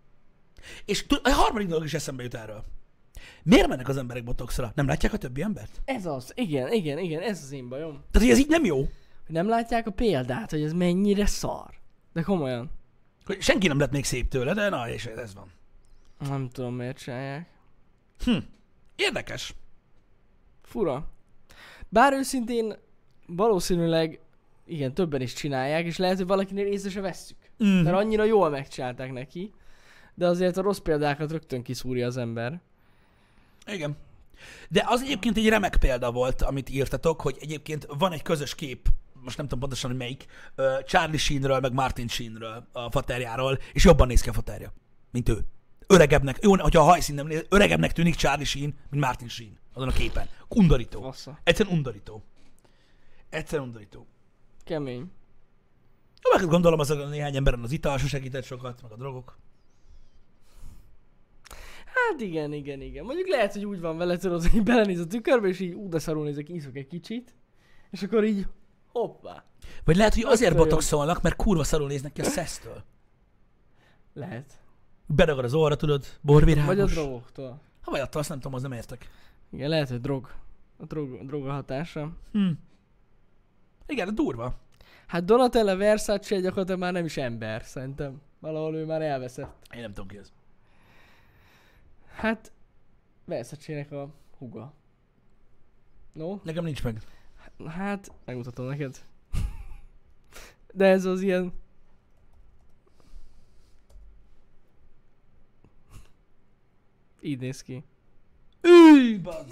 És tud, a harmadik dolog is eszembe jut erről. Miért mennek az emberek botoxra? Nem látják a többi embert? Ez az, igen, igen, igen, ez az én bajom. Tehát, hogy ez így nem jó. Hogy nem látják a példát, hogy ez mennyire szar. De komolyan. Hogy senki nem lett még szép tőle, de na, és ez van. Nem tudom, miért csinálják. Hm. Érdekes. Fura. Bár őszintén valószínűleg igen, többen is csinálják, és lehet, hogy valakinél észre se vesszük. Mm. Mert annyira jól megcsinálták neki. De azért a rossz példákat rögtön kiszúrja az ember. Igen. De az egyébként egy remek példa volt, amit írtatok, hogy egyébként van egy közös kép, most nem tudom pontosan, hogy melyik, uh, Charlie Sheenről, meg Martin Sheenről, a faterjáról, és jobban néz ki a faterja, mint ő. Öregebbnek, jó, hogyha a hajszín nem néz, öregebbnek tűnik Charlie Sheen, mint Martin Sheen azon a képen. Undorító. Bassza. Egyszerűen undorító. Egyszerűen undorító. Kemény. Jó, meg gondolom, az a néhány emberen az ital se segített sokat, meg a drogok. Hát igen, igen, igen. Mondjuk lehet, hogy úgy van vele, tudod, hogy belenéz a tükörbe, és így ú, de szarul nézek, iszok egy kicsit. És akkor így, hoppá. Vagy lehet, hogy azért Akkor jó. botoxolnak, mert kurva szarul néznek ki a szesztől. Lehet. Bedagad az orra, tudod, borvirágos. Vagy a drogoktól. Ha vagy attól, azt nem tudom, az nem értek. Igen, lehet, hogy drog. A drog, a drog a hatása. Hm. Igen, de durva. Hát Donatella Versace gyakorlatilag már nem is ember, szerintem. Valahol ő már elveszett. Én nem tudom ki ez. Hát, Versace-nek a húga. No? Nekem nincs meg. Hát, megmutatom neked. De ez az ilyen... Így néz ki. Hű, bazd.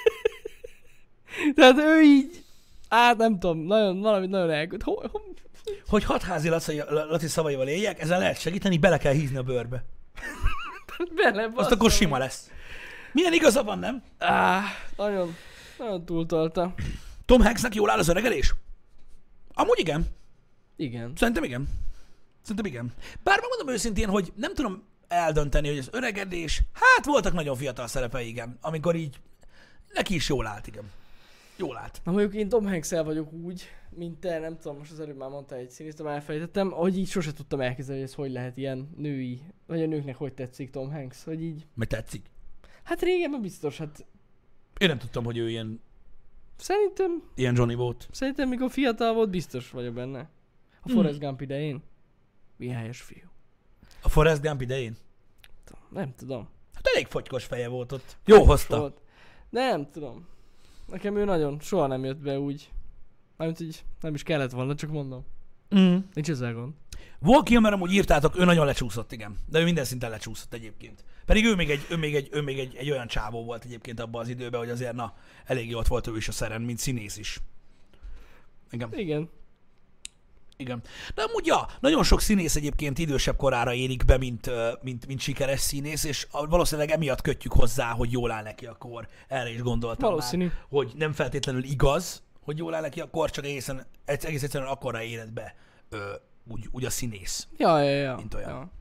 Tehát ő így, hát nem tudom, nagyon, valamit nagyon elköt. Ho, ho, Hogy hatházi Laci, Laci szavaival éljek, ezzel lehet segíteni, bele kell hízni a bőrbe. bele, Azt akkor sima lesz. Milyen igaza van, nem? Á, nagyon, nagyon túltolta. Tom Hanksnek jól áll az öregedés? Amúgy igen. Igen. Szerintem igen. Szerintem igen. Bár megmondom őszintén, hogy nem tudom eldönteni, hogy az öregedés, hát voltak nagyon fiatal szerepei, igen, amikor így neki is jól állt, igen. Jól állt. Na mondjuk én Tom Hanks-el vagyok úgy, mint te, nem tudom, most az előbb már mondta egy színész, de elfelejtettem, hogy így sose tudtam elképzelni, hogy ez hogy lehet ilyen női, vagy a nőknek hogy tetszik Tom Hanks, hogy így. Meg tetszik. Hát régen biztos, hát Én nem tudtam, hogy ő ilyen, szerintem, ilyen Johnny volt. szerintem mikor fiatal volt, biztos vagyok benne. A Forrest Gump idején. Milyen helyes fiú. A Forrest Gump idején? Nem tudom. Hát elég fogykos feje volt ott. Jó hozta. Volt. Nem tudom. Nekem ő nagyon, soha nem jött be úgy. Mármint így nem is kellett volna, csak mondom. Mm. Nincs ezzel gond. Val Kilmer, amúgy írtátok, ő nagyon lecsúszott, igen. De ő minden szinten lecsúszott egyébként. Pedig ő még egy, ő még egy, ő még egy, egy olyan csávó volt egyébként abban az időben, hogy azért na, elég ott volt ő is a szeren, mint színész is. Igen. Igen. Igen. De amúgy, ja, nagyon sok színész egyébként idősebb korára érik be, mint, ö, mint, mint sikeres színész, és valószínűleg emiatt kötjük hozzá, hogy jól áll neki a kor. Erre is gondoltam Valószínű. már, hogy nem feltétlenül igaz, hogy jól áll neki a kor, csak egészen, egész egyszerűen akkorra éred be ö, úgy, úgy a színész, Ja, ja, ja. mint olyan. Ja.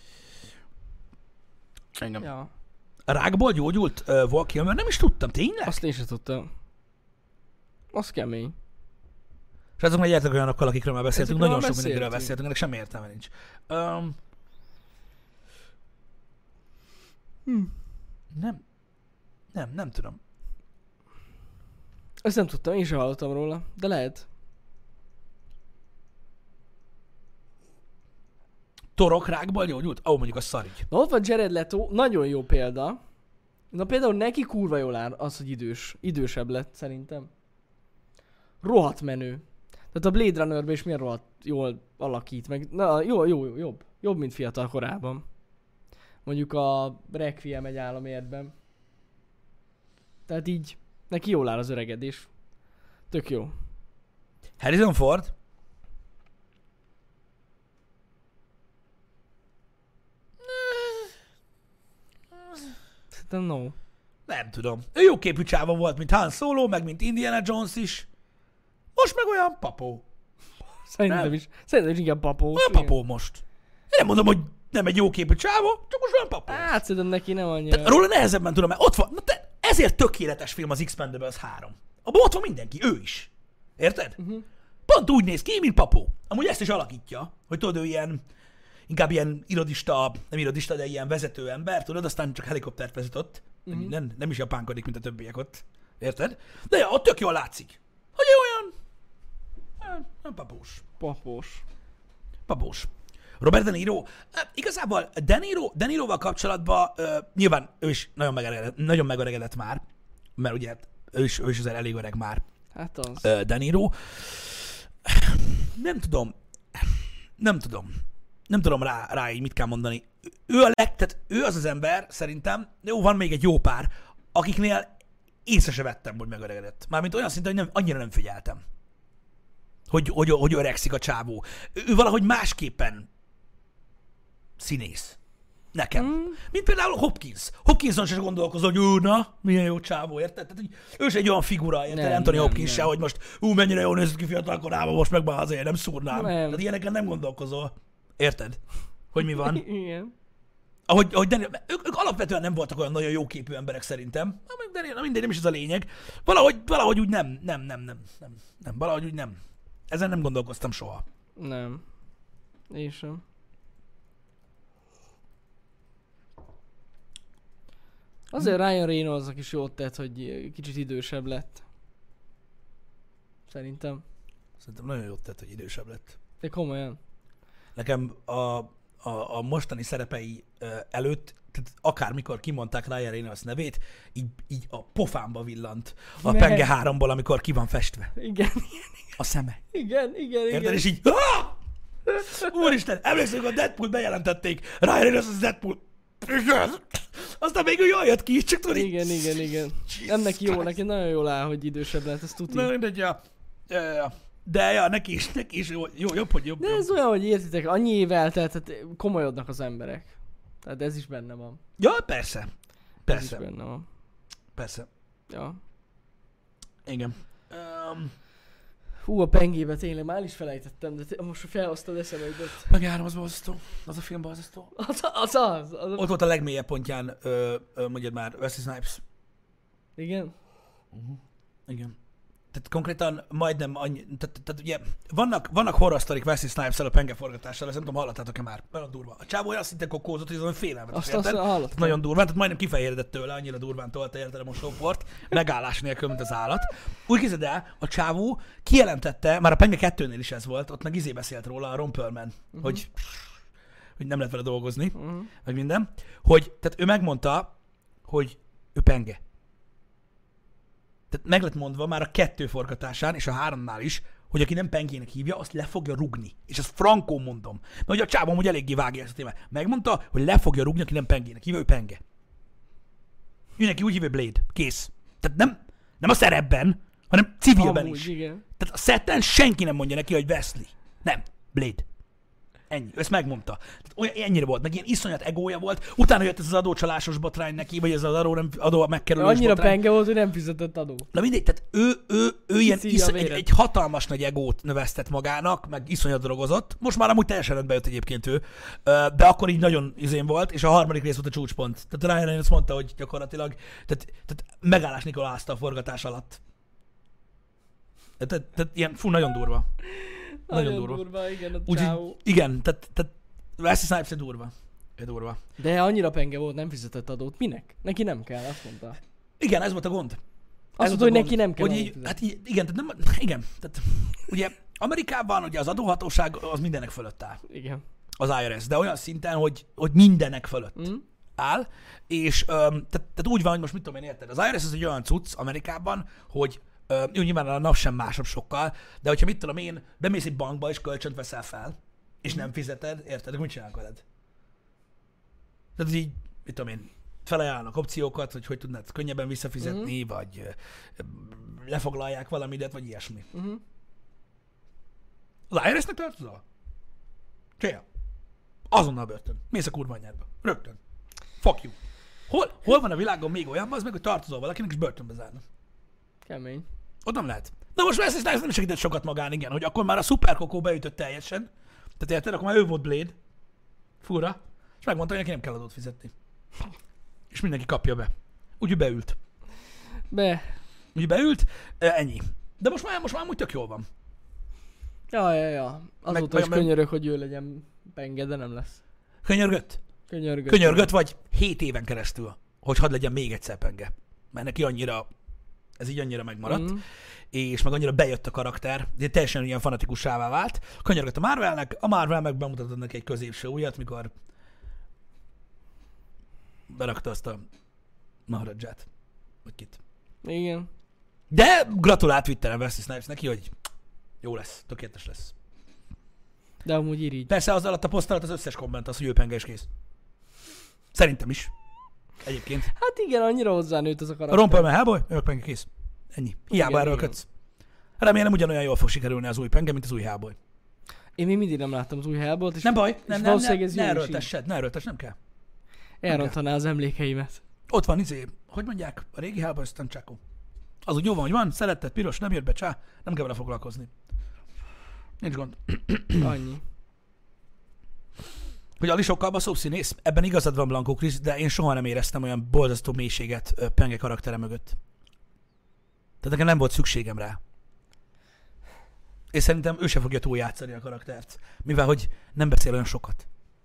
Engem. ja. A rákból gyógyult uh, Val Kilmer? Nem is tudtam, tényleg? Azt én sem tudtam. Az kemény. És azok meg gyertek olyanokkal, akikről már beszéltünk, Ezekről nagyon már sok mindenkiről beszéltünk. beszéltünk, ennek semmi értelme nincs. Um, Hm. nem, nem, nem tudom. Ezt nem tudtam, én sem hallottam róla, de lehet. Torok rákból gyógyult? Ó, oh, mondjuk a szarügy. Na ott van Jared Leto, nagyon jó példa. Na például neki kurva jól áll az, hogy idős, idősebb lett szerintem. Rohadt menő. Tehát a Blade Runnerben is milyen rohadt jól alakít meg. Na, jó, jó, jó, jobb. Jobb, mint fiatal korában. Mondjuk a Requiem egy álomértben. Tehát így, neki jól áll az öregedés. Tök jó. Harrison Ford? Szerintem no. Nem tudom. Ő jó képű csáva volt, mint Han Solo, meg mint Indiana Jones is. Most meg olyan papó. Szerintem Nem. is. Szerintem is inkább papó. Olyan papó most. Én nem mondom, hogy nem egy jó képű csávó, csak most olyan papó. Hát szerintem neki nem annyira. De róla nehezebben tudom, mert ott van, na te, ezért tökéletes film az Expendables három. Abban ott van mindenki, ő is. Érted? Uh-huh. Pont úgy néz ki, mint papó. Amúgy ezt is alakítja, hogy tudod, ő ilyen, inkább ilyen irodista, nem irodista, de ilyen vezető ember, tudod, aztán csak helikoptert vezet ott. Uh-huh. Nem, nem is japánkodik, mint a többiek ott. Érted? De ja, ott tök jól látszik, hogy ő olyan, olyan, olyan papós. Papós. Papós. Robert De Niro, e, igazából De, Niro, De Niroval kapcsolatban e, nyilván ő is nagyon megöregedett, nagyon megöregedett már, mert ugye ő is, ő is azért elég öreg már. Hát az. E, De Niro. Nem tudom, nem tudom, nem tudom rá, rá így mit kell mondani. Ő a leg, tehát ő az az ember, szerintem, jó, van még egy jó pár, akiknél észre se vettem, hogy megöregedett. Mármint olyan szinten, hogy nem, annyira nem figyeltem. Hogy, hogy, hogy öregszik a csávó. Ő, ő valahogy másképpen színész. Nekem. Mm. Mint például Hopkins. Hopkinson sem gondolkozol, hogy ő, na, milyen jó csávó, érted? Tehát, hogy ő is egy olyan figura, érted? Nem, Anthony nem, Hopkins nem. se, hogy most, ú, mennyire jól nézett ki fiatal korában, most meg már azért nem szúrnám. Nem. Tehát ilyeneken nem gondolkozol. Érted? Hogy mi van? Igen. Ahogy, ahogy Daniel, ők, ők alapvetően nem voltak olyan nagyon jóképű emberek szerintem. Na, meg Daniel, na mindegy, nem is ez a lényeg. Valahogy, valahogy úgy nem, nem, nem, nem, nem, nem, valahogy úgy nem. Ezen nem gondolkoztam soha. Nem. Én sem. Azért Ryan Reynoldsnak is jót tett, hogy kicsit idősebb lett. Szerintem. Szerintem nagyon jót tett, hogy idősebb lett. De komolyan. Nekem a, a, a mostani szerepei ö, előtt, tehát akármikor kimondták Ryan Reynolds nevét, így, így a pofámba villant a Ne. Penge háromból, amikor ki van festve Igen, a szeme. igen, igen, igen. Érted? És így, ah! Úristen, emlékszem, hogy a Deadpool bejelentették. Ryan Reynolds az Deadpool. Aztán végül jól jött ki, csak tudod így... Igen, igen, igen. Nem neki jó, neki nagyon jól áll, hogy idősebb lehet, ez tuti. Na mindegy, ja. Ja, ja, ja. De ja, neki is, neki is jó, jó, jobb, hogy jobb. De jobb. ez olyan, hogy értitek, annyi év eltelt, tehát komolyodnak az emberek. Tehát ez is benne van. Ja, persze. Ez Persze. is benne van. Persze. Ja. Igen. Um, Hú, a pengébe tényleg már el is felejtettem, de te, most felhoztad eszembe jutott. Megjárom, az borzasztó. Az a film borzasztó. Az az, az, az, Ott volt a legmélyebb pontján, ö, ö, mondjad már, Wesley Snipes. Igen? Uh-huh. Igen. Tehát konkrétan majdnem annyi, tehát, tehát ugye vannak, vannak horror sztorik Wesley Snipes-el a pengeforgatással, ezt nem tudom, hallottátok-e már? Nagyon durva. A csávó olyan szinten kokózott, hogy ez olyan félelmetes, Azt, érted? azt hallottam. Tehát nagyon durván, tehát majdnem kifehéredett tőle, annyira durván tolta érted a mosóport, megállás nélkül, mint az állat. Úgy képzeld el, a csávó kijelentette, már a Penge kettőnél is ez volt, ott meg izé beszélt róla a Ron Perlman, uh-huh. hogy, hogy nem lehet vele dolgozni, uh-huh. meg minden, hogy tehát ő megmondta, hogy ő penge. Tehát meg lett mondva már a kettő forgatásán, és a háromnál is, hogy aki nem pengének hívja, azt le fogja rugni. És ezt frankó mondom. Mert hogy a csávó hogy eléggé vágja ezt a témát. Megmondta, hogy le fogja rugni, aki nem pengének hívja, ő penge. Ő neki úgy hívja Blade. Kész. Tehát nem, nem a szerepben, hanem civilben Amúgy, is. igen. Tehát a szetten senki nem mondja neki, hogy Wesley. Nem. Blade. Ennyi. Ő ezt megmondta. Tehát olyan, ennyire volt, meg ilyen iszonyat egója volt. Utána jött ez az adócsalásos botrány neki, vagy ez az adó, nem, adó megkerülős Annyira botrány. penge volt, hogy nem fizetett adót. Na mindegy, tehát ő, ő, ő ilyen Szívja isz, a egy, véred. egy hatalmas nagy egót növesztett magának, meg iszonyat drogozott. Most már amúgy teljesen rendbe jött egyébként ő, Ö, de akkor így nagyon izén volt, és a harmadik rész volt a csúcspont. Tehát Ryan Reynolds mondta, hogy gyakorlatilag tehát, tehát megállás nélkül ázta a forgatás alatt. Tehát, tehát ilyen, fú, nagyon durva. Nagyon durva. durva, igen, a Úgyhogy, csávó. igen, tehát, tehát Wesley Snipes egy durva. Egy durva. De annyira penge volt, nem fizetett adót. Minek? Neki nem kell, azt mondta. Igen, ez volt a gond. Azt mondta, hogy neki nem kell hogy adót így, fizetni. hát így, igen, tehát nem, igen, tehát ugye Amerikában ugye az adóhatóság az mindenek fölött áll, Igen. az I R S, de olyan szinten, hogy, hogy mindenek fölött Mm. áll, és öm, tehát, tehát úgy van, hogy most mit tudom én, érted, az I R S az egy olyan cucc Amerikában, hogy öm, jó, nyilván a nap sem másabb sokkal, de hogyha mit tudom én, bemész egy bankba és kölcsönt veszel fel, és nem fizeted, érted, akkor mit csinálnak veled? Tehát így, mit tudom én, felajánlanak opciókat, hogy hogy tudnád könnyebben visszafizetni, uh-huh. vagy ö, lefoglalják valamidet, vagy ilyesmi. Uh-huh. Az I R S-nek tartozol? Csél. Azonnal börtön. Mész a kurva anyádba. Rögtön. Fuck you. Hol, hol van a világon még olyan, az meg, hogy tartozol valakinek, és börtönbe zárnak? Kemény. Ott nem lehet. Na most Wesley Snipes nem segített sokat magán, igen, hogy akkor már a Super Coco beütött teljesen. Tehát érted, akkor már ő volt Blade. Fura. És megmondta, hogy neki nem kell adót fizetni. És mindenki kapja be. Úgyhogy beült. Be. Úgyhogy beült, ennyi. De most már, most már amúgy tök jól van. Ja, ja, ja. Azóta meg- is meg- könyörök, hogy ő legyen penge, de nem lesz. Könyörgött? Könyörgök. Könyörgött vagy hét éven keresztül, hogy hadd legyen még egyszer penge. Mert neki annyira, ez így annyira megmaradt, Mhm. és meg annyira bejött a karakter, de teljesen ilyen fanatikussává vált. Könyörgött a Marvelnek, a Marvel meg bemutatott neki egy középső újat, mikor berakta azt a Maharaját. Vagy kit. Igen. De gratulált Twitteren Wesley Snipes neki, hogy jó lesz, tökéletes lesz. De amúgy irigy. Persze az alatt a poszt alatt az összes komment az, hogy ő penge és kész. Szerintem is. Egyébként. Hát igen, annyira hozzánőtt az a A karakter. Ron Perlman Hellboy, ő penge kész. Ennyi. Hiába Igen, erőlködsz. Remélem ugyanolyan jól fog sikerülni az új penge, mint az új Hellboy. Én még mindig nem láttam az új Hellboyt, és Nem baj, és nem, nem, nem, valószínűleg ez ne jó is így. erőltessed, ne erőltess, nem kell. Elrontaná az emlékeimet. Ott van izé, hogy mondják, a régi Hellboy, aztán csákó. Az úgy jó van, hogy van, szeretted, piros, nem jött be, csá, nem kell vele foglalkozni. Nincs gond. Annyi. Hogy Ali sokkal baszóbb színész, ebben igazad van Blanco Chris, de én soha nem éreztem olyan borzasztó mélységet ö, penge karaktere mögött. Tehát nekem nem volt szükségem rá. És szerintem ő se fogja túljátszani a karaktert, mivel hogy nem beszél olyan sokat.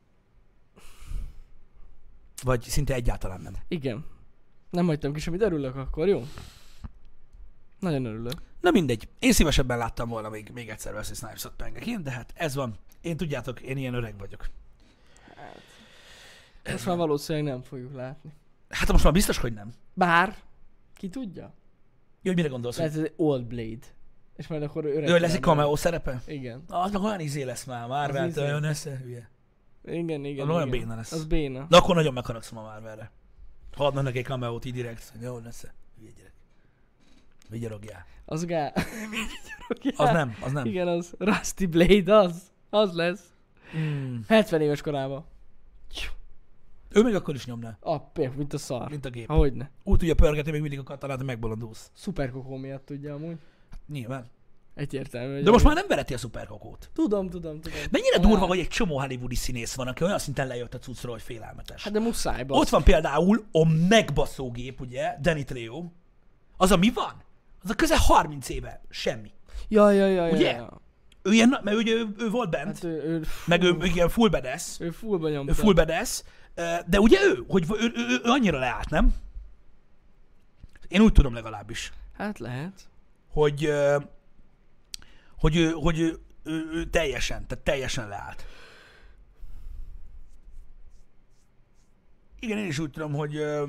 Vagy szinte egyáltalán nem. Igen. Nem hagytam ki semmit, örülök akkor, jó? Nagyon örülök. Na mindegy, én szívesebben láttam volna még, még egyszer Wesley Snipes-ot pengeként, de hát ez van. Én tudjátok, én ilyen öreg vagyok. Most már valószínűleg nem fogjuk látni. Hát most már biztos, hogy nem. Bár, ki tudja? Jó, hogy mire gondolsz? Lehet ez egy Old Blade. És majd akkor öreg. Jó, hogy lesz egy ember. cameo szerepe? Igen. Az meg olyan izé lesz már, Marvel, izé. olyan esze, hülye. Igen, igen. Az olyan igen. béna lesz. Az béna. De akkor nagyon megharagszom a Marvelre. Hadd neki egy cameo-t így direkt. Jó, lesz. Hülye gyerek. Vigyorogjál. Az gál. Az nem, az nem. Igen, az Rusty Blade, az. Az lesz. Mm. hetven éves korában. Ő még akkor is nyomná, Ah, például, mint a szar. mint a gép. Hogyne. Úgy tudja pörgetni még mindig a katalát, hogy megbolondulsz. Szuperkokó miatt tudja amúgy. Nyilván. Egyértelmű. De most már nem vereti a szuperkokót. Tudom, tudom, tudom. Mennyire Talán. durva, hogy egy csomó hollywoodi színész van, aki olyan szinten lejött a cuccról, hogy félelmetes. Hát de muszáj, basz. Ott van például a megbaszó gép, ugye, Danny Trejo. Az a mi van? Az a közel harminc éve. Semmi. Ja, ja, ja, Ugye? ja, ja. Ő ilyen, mert ugye ő, ő volt bent, Hát ő, ő, meg ő, ő ilyen full badass, ő fullba ő nyomta. full badass, de ugye ő, hogy ő, ő, ő, ő annyira leállt, nem? Én úgy tudom legalábbis, Hát lehet. hogy, ö, hogy, ő, hogy ő, ő, ő teljesen, tehát teljesen leállt. Igen, én is úgy tudom, hogy ö,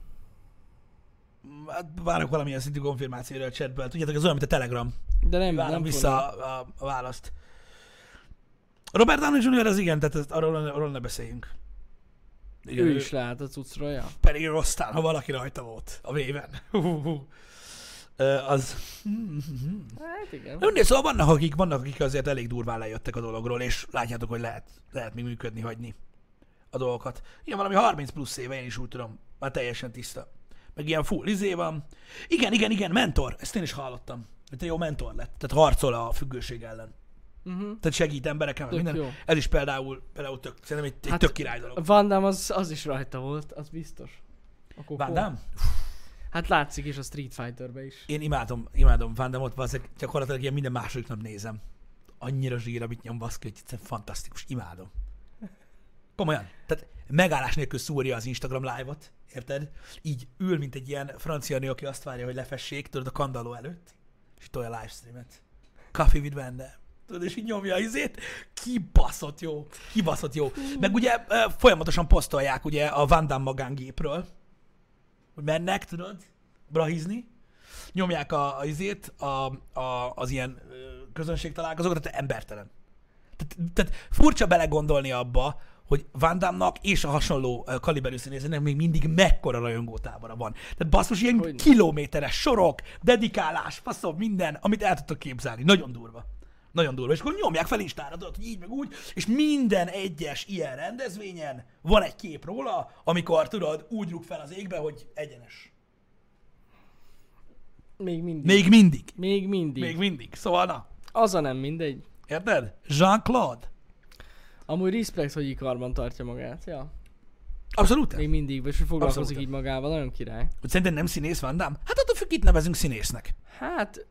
hát várok valamilyen szintű konfirmációra a chatből. Tudjátok, ez olyan, mint a Telegram. De nem, Várom nem vissza a, a, a választ. Robert Downey junior az igen, tehát ezt, arról, arról ne beszéljünk. Igen, Ő is lát a cuccról, ja. Pedig aztán, ha valaki rajta volt a véven. az... Hát igen. Mindegy, szóval vannak akik, vannak, akik azért elég durván lejöttek a dologról, és látjátok, hogy lehet, lehet még működni, hagyni a dolgokat. Igen, valami harminc plusz éve, én is úgy tudom, már teljesen tiszta. Meg ilyen full izé van. Igen, igen, igen, mentor, ezt én is hallottam. Hogy te jó mentor lett, tehát harcol a függőség ellen. Uh-huh. Tehát segít embereken, meg Tök minden. jó. Ez is például, például tök, szerintem egy, egy Hát, tök király dolog. Van Damme az, az is rajta volt, az biztos. A kokó. Van Damme? Hát látszik is a Street Fighterbe is. Én imádom, imádom Van Damme-ot, valószínűleg gyakorlatilag ilyen minden második nap nézem. Annyira zsír, amit nyom, baszki, hogy egyszerűen fantasztikus, imádom. Komolyan. Tehát megállás nélkül szúrja az Instagram live-ot, érted? Így ül, mint egy ilyen francia nő, aki azt várja, hogy lefessék, tudod, a kandalló előtt, és tolja a livestreamet. Coffee with Van Damme. Tudod, és így nyomja izét, kibaszott jó, kibaszott jó. Meg ugye eh, folyamatosan posztolják ugye a Van Damme magángépről, hogy mennek, tudod, brahizni, nyomják a, a izét, a, a, az ilyen ö, közönségtalálkozókat, tehát embertelen. Tehát, tehát furcsa belegondolni abba, hogy Van Damme-nak és a hasonló ö, kaliberű színészeknek még mindig mekkora rajongótábora van. Tehát basszus, ilyen Hogyne. kilométeres sorok, dedikálás, faszom, minden, amit el tudtok képzelni. Nagyon durva. Nagyon durva. És akkor nyomják fel Instára, tudod, hogy így meg úgy, és minden egyes ilyen rendezvényen van egy kép róla, amikor tudod, úgy rúg fel az égbe, hogy egyenes. Még mindig. Még mindig. Még mindig. Még mindig. Szóval na, Az a nem mindegy. érted? Jean-Claude. Amúgy respect, hogy így karban tartja magát, ja. Abszolút. Még mindig, és hogy foglalkozik Abszolút. így magával, nagyon király. Hogy szerinted nem színész Van Damme? Hát attól függ, itt nevezünk színésznek. Hát...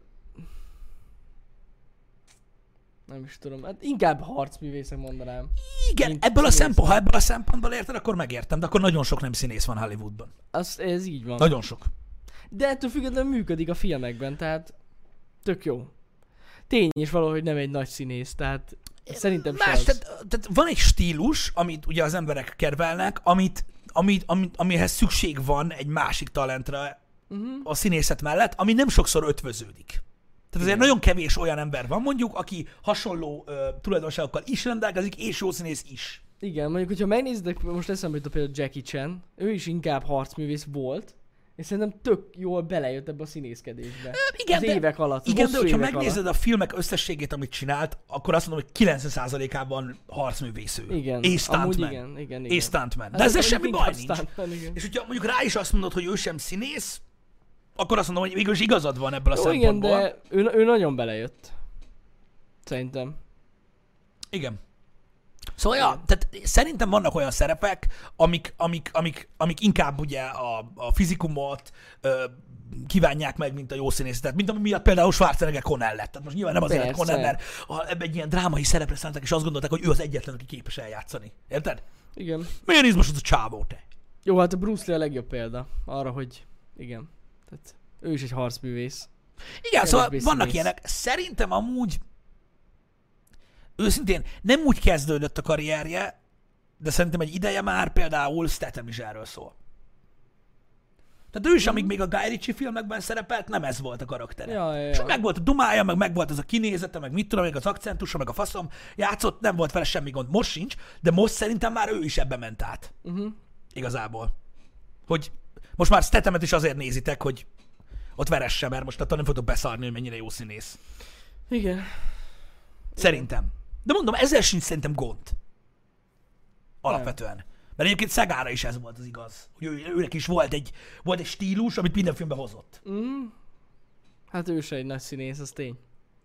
Nem is tudom, hát inkább harcművészek mondanám. Igen, Mint ebből a, színész. szempont, ha ebből a szempontból érted, akkor megértem, de akkor nagyon sok nem színész van Hollywoodban. Az, ez így van. Nagyon sok. De ettől függetlenül működik a filmekben, tehát tök jó. Tény is valahogy nem egy nagy színész, tehát szerintem se Más, az. tehát, tehát van egy stílus, amit ugye az emberek kedvelnek, amit, amit, amit, amihez szükség van egy másik talentra Uh-huh. a színészet mellett, ami nem sokszor ötvöződik. Tehát azért Igen. nagyon kevés olyan ember van mondjuk, aki hasonló ö, tulajdonságokkal is rendelkezik, és jó színész is. Igen, mondjuk, hogyha megnézitek, most eszembe jut a például Jackie Chan, ő is inkább harcművész volt, és szerintem tök jól belejött ebbe a színészkedésbe. Igen, az de, évek alatt, igen, de hosszú hogyha évek megnézed alatt. a filmek összességét, amit csinált, akkor azt mondom, hogy kilencven százalékában harcművész ő. Igen, És amúgy stuntman. igen, igen, igen. És stuntman. De Hát ezzel akkor semmi inkább baj nincs. stuntman, igen. És hogyha mondjuk rá is azt mondod, hogy ő sem színész, akkor azt mondom, hogy végül is igazad van ebből a Jó, igen, szempontból. de ő, ő nagyon belejött. Szerintem. Igen. Szóval, ja, tehát szerintem vannak olyan szerepek, amik, amik, amik, amik inkább ugye a, a fizikumot ö, kívánják meg, mint a jó színészetet. Mint ami miatt például Schwarzenegger Conan lett. Tehát most nyilván nem azért lett Persze. Conan, mert a- ebben egy ilyen drámai szerepre szánták, és azt gondolták, hogy ő az egyetlen, aki képes eljátszani. Érted? Igen. Milyen izmos az a csávó, te? Jó, hát a Bruce Lee a legjobb példa arra, hogy igen. Tehát ő is egy harcművész. Igen, szóval Kevésbé vannak színész. ilyenek. Szerintem amúgy őszintén nem úgy kezdődött a karrierje, de szerintem egy ideje már például Statham is erről szól. Tehát ő is, amíg még a Guy Ritchie filmekben szerepelt, nem ez volt a karaktere. Ja, ja, És ja. meg volt a dumája, meg meg volt az a kinézete, meg mit tudom, meg az akcentusa, meg a faszom. Játszott, nem volt vele semmi gond. Most sincs, de most szerintem már ő is ebbe ment át. Uh-huh. Igazából. Hogy Most már Stathamet is azért nézitek, hogy ott veresse, mert most attól nem fogtok beszarni, hogy mennyire jó színész. Igen. Szerintem. De mondom, ezzel sincs szerintem gond. Alapvetően. Mert egyébként Szegára is ez volt az igaz. Hogy ő, őnek is volt egy, volt egy stílus, amit minden filmbe hozott. Mm. Hát ő se egy nagy színész, az tény.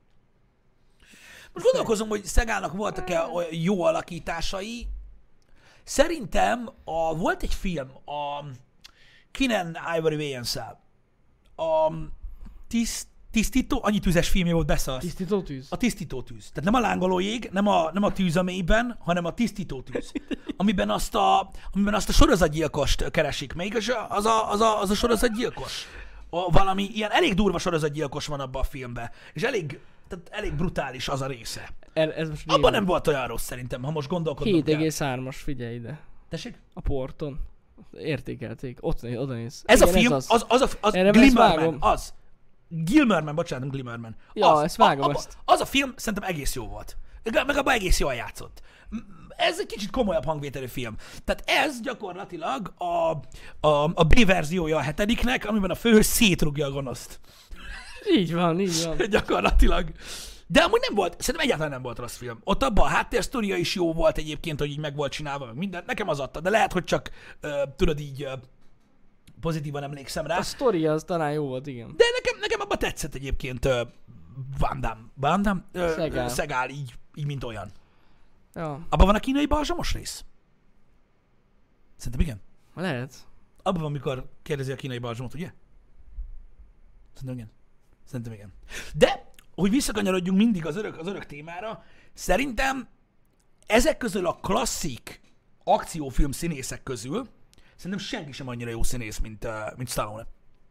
Most gondolkozom, hogy Szegának voltak-e olyan jó alakításai. Szerintem a, volt egy film, a Keenan Ivory Wayans-szel. A tiszt, tisztító, annyi tüzes filmje volt, beszarsz. Tisztító tűz. A tisztító tűz. Tehát nem a lángoló jég, nem a, nem a tűz a mélyben, hanem a tisztító tűz. Amiben azt a, amiben azt a sorozatgyilkost keresik. Melyik az a, az a, az a, az a sorozatgyilkos? A, valami ilyen elég durva sorozatgyilkos van abban a filmben. És elég, tehát elég brutális az a része. Ez, ez most Abban nem volt olyan rossz szerintem, ha most gondolkodnom hét kell. egész hármas, figyelj ide. Tessék? A porton. Értékelték. Ott, oda néz. Ez Igen, a film, ez az, az, az, az Erre ezt Glimmerman, vágom. az. Gilmerman, bocsánat, nem Glimmerman. Ja, az, ezt vágom, a, a, ezt. Az a film szerintem egész jó volt. Meg abban egész jól játszott. Ez egy kicsit komolyabb hangvételű film. Tehát ez gyakorlatilag a, a, a B-verziója a hetediknek, amiben a főhős szétrugja a gonoszt. Így van, így van. Gyakorlatilag. De amúgy nem volt, szerintem egyáltalán nem volt rossz film. Ott abban a háttérsztoria is jó volt egyébként, hogy így meg volt csinálva, meg minden. Nekem az adta, de lehet, hogy csak uh, tudod így uh, pozitívan emlékszem rá. A sztori az talán jó volt, igen. De nekem, nekem abban tetszett egyébként uh, Van Damme. Van Damme? Uh, Szegál. Szegál, így, így, mint olyan. Ja, Abban van a kínai balzsamos rész? Szerintem igen. lehet. Abban van, amikor kérdezi a kínai balzsamot, ugye? Szerintem igen. Szerintem igen. De, hogy visszakanyarodjunk mindig az örök, az örök témára, szerintem ezek közül a klasszik akciófilm színészek közül szerintem senki sem annyira jó színész, mint, uh, mint Stallone.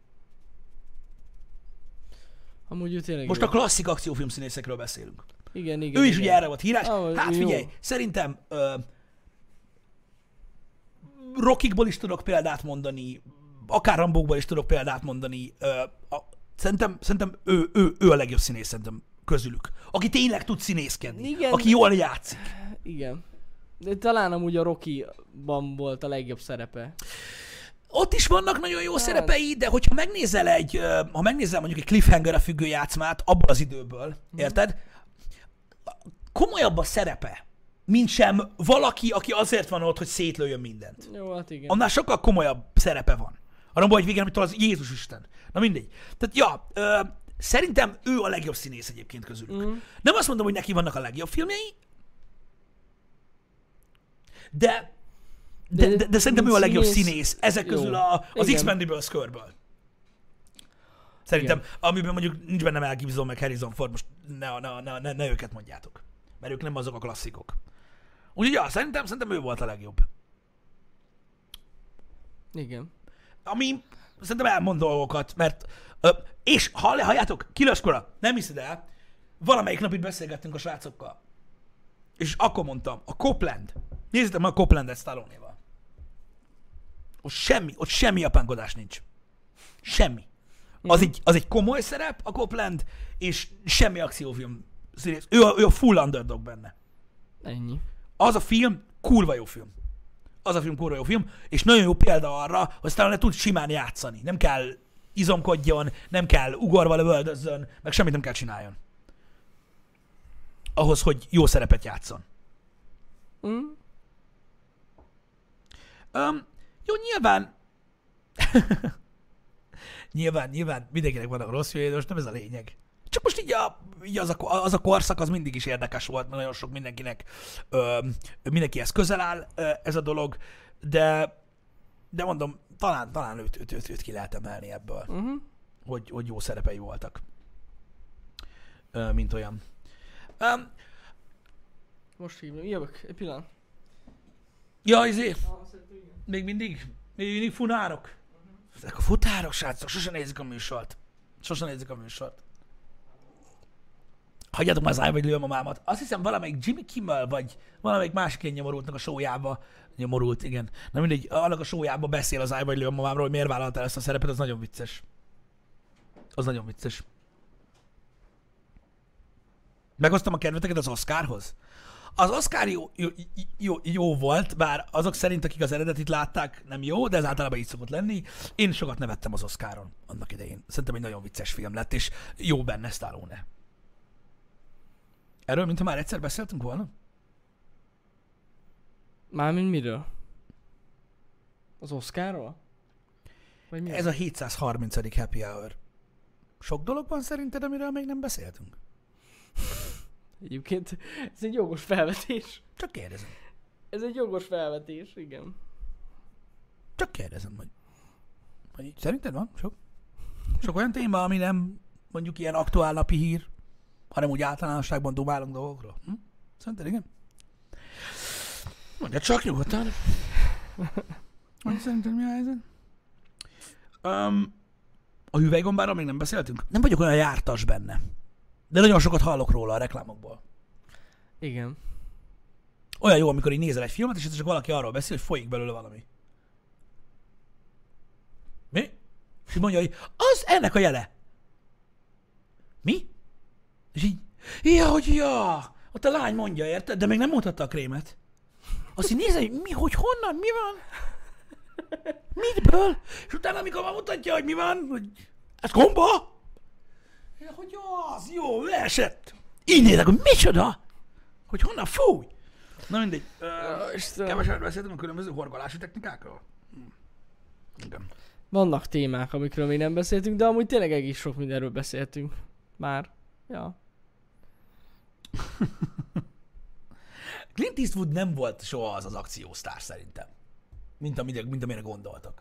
Amúgy ő tényleg Most jó. a klasszik akciófilm színészekről beszélünk. Igen, igen. Ő is igen. ugye erre volt hírás. Ah, Hát jó. figyelj, szerintem uh, Rockikból is tudok példát mondani, akár Rambókból is tudok példát mondani. Uh, a, szerintem szerintem ő, ő, ő a legjobb színész szerintem közülük. Aki tényleg tud színészkedni. Igen. Aki jól játszik. Igen. De talán amúgy a Rocky-ban volt a legjobb szerepe. Ott is vannak nagyon jó Hát. szerepei, de hogyha megnézel egy, ö, ha megnézel mondjuk egy Cliffhanger a függő játszmát abból az időből, érted? Komolyabb a szerepe, mint sem valaki, aki azért van ott, hogy szétlőjön mindent. Jó, hát igen. Annál sokkal komolyabb szerepe van. Arra hogy végén, amit az Jézus Isten. Na mindegy. Tehát ja, ö, szerintem ő a legjobb színész egyébként közülük. Mhm. Nem azt mondom, hogy neki vannak a legjobb filmjei, de de, De- de, de szerintem ő a mint legjobb színész- színész ezek jó. közül a, az Igen. X-Mendables körből. Szerintem, amiben mondjuk nincs benne Mel Gibson meg Harrison Ford, most ne, ne, ne, ne, ne őket mondjátok. Mert ők nem azok a klasszikok. Úgyhogy ja, szerintem, szerintem ő volt a legjobb. Igen. Ami szerintem elmond dolgokat, mert ö, és ha halljátok, kilöskora, nem hiszed el, valamelyik nap itt beszélgettünk a srácokkal. És akkor mondtam, a Copland, nézzétek meg a Coplandet Stallone-val. Ott semmi, ott semmi japánkodás nincs. Semmi. Az egy, az egy komoly szerep, a Copland, és semmi akciófilm színész. Ő a, ő a full underdog benne. Ennyi. Az a film kurva jó film. Az a film kurva jó film, és nagyon jó példa arra, hogy Stallone tud simán játszani. Nem kell izomkodjon, nem kell ugorva lövöldözzön, meg semmit nem kell csináljon. Ahhoz, hogy jó szerepet játszon. Mm. Um, jó, nyilván... nyilván, nyilván mindenkinek vannak rossz filmjei, de most nem ez a lényeg. Csak most így, a, így az, a, az a korszak az mindig is érdekes volt, mert nagyon sok mindenkinek, ö, mindenkihez közel áll ö, ez a dolog, de, de mondom, talán, talán őt, őt, őt, őt ki lehet emelni ebből, Uh-huh. hogy, hogy jó szerepei voltak, ö, mint olyan. Um, Most hívom. Jövök. Egy pillanat. ja, izé, még mindig, még mindig funárok. Ezek a futárok, srácok, sose nézik a műsort. Sose nézik a műsort. Hagyjátok már az állj, vagy lőm a mámat. Azt hiszem valamelyik Jimmy Kimmel, vagy valamelyik másik ilyen nyomorultnak a showjába, nyomorult, igen. Na mindegy, annak a showjába beszél az állj, vagy lőm a mámról, hogy miért vállaltál ezt a szerepet, az nagyon vicces. Az nagyon vicces. Meghoztam a kedveteket az Oscarhoz. Az Oscar jó, jó, jó, jó volt, bár azok szerint, akik az eredetit látták, nem jó, de ez általában így szokott lenni. Én sokat nevettem az Oscaron annak idején. Szerintem egy nagyon vicces film lett, és jó benne Stallone. Erről, mintha már egyszer beszéltünk volna? Mármint miről? Az Oscarról? Vagy mi? Ez a hétszázharmincadik happy hour. Sok dolog van szerinted, amiről még nem beszéltünk? Egyébként ez egy jogos felvetés. Csak kérdezem. Ez egy jogos felvetés, igen. Csak kérdezem, hogy, hogy szerinted van sok? Sok olyan téma, ami nem mondjuk ilyen aktuál napi hír, hanem úgy általánosságban dumálunk dolgokról. Hm? Szerinted igen? Mondja csak nyugodtan. Hogy szerinted mi a helyzet? Um, a hüvelygombáról még nem beszéltünk? Nem vagyok olyan jártas benne. De nagyon sokat hallok róla a reklámokból. Igen. Olyan jó, amikor így nézel egy filmet, és csak valaki arról beszél, hogy folyik belőle valami. Mi? És így mondja, hogy az ennek a jele. Mi? És így, ja, hogy ja, ott a lány mondja, érted? De még nem mutatta a krémet. Azt így nézel, hogy mi, hogy honnan, mi van? Mitből? És utána, amikor már mutatja, hogy mi van, hogy ez gomba? Ja, hogy az, jó, leesett. Így nézek, hogy micsoda? Hogy honnan fúj? Na mindegy. Uh, keveset beszéltünk a különböző horgolási technikákról. Hm. Igen. Vannak témák, amikről még nem beszéltünk, de amúgy tényleg egész sok mindenről beszéltünk. Már. Ja. Clint Eastwood nem volt soha az az akciósztár szerintem. Mint, amire, mint amire gondoltak.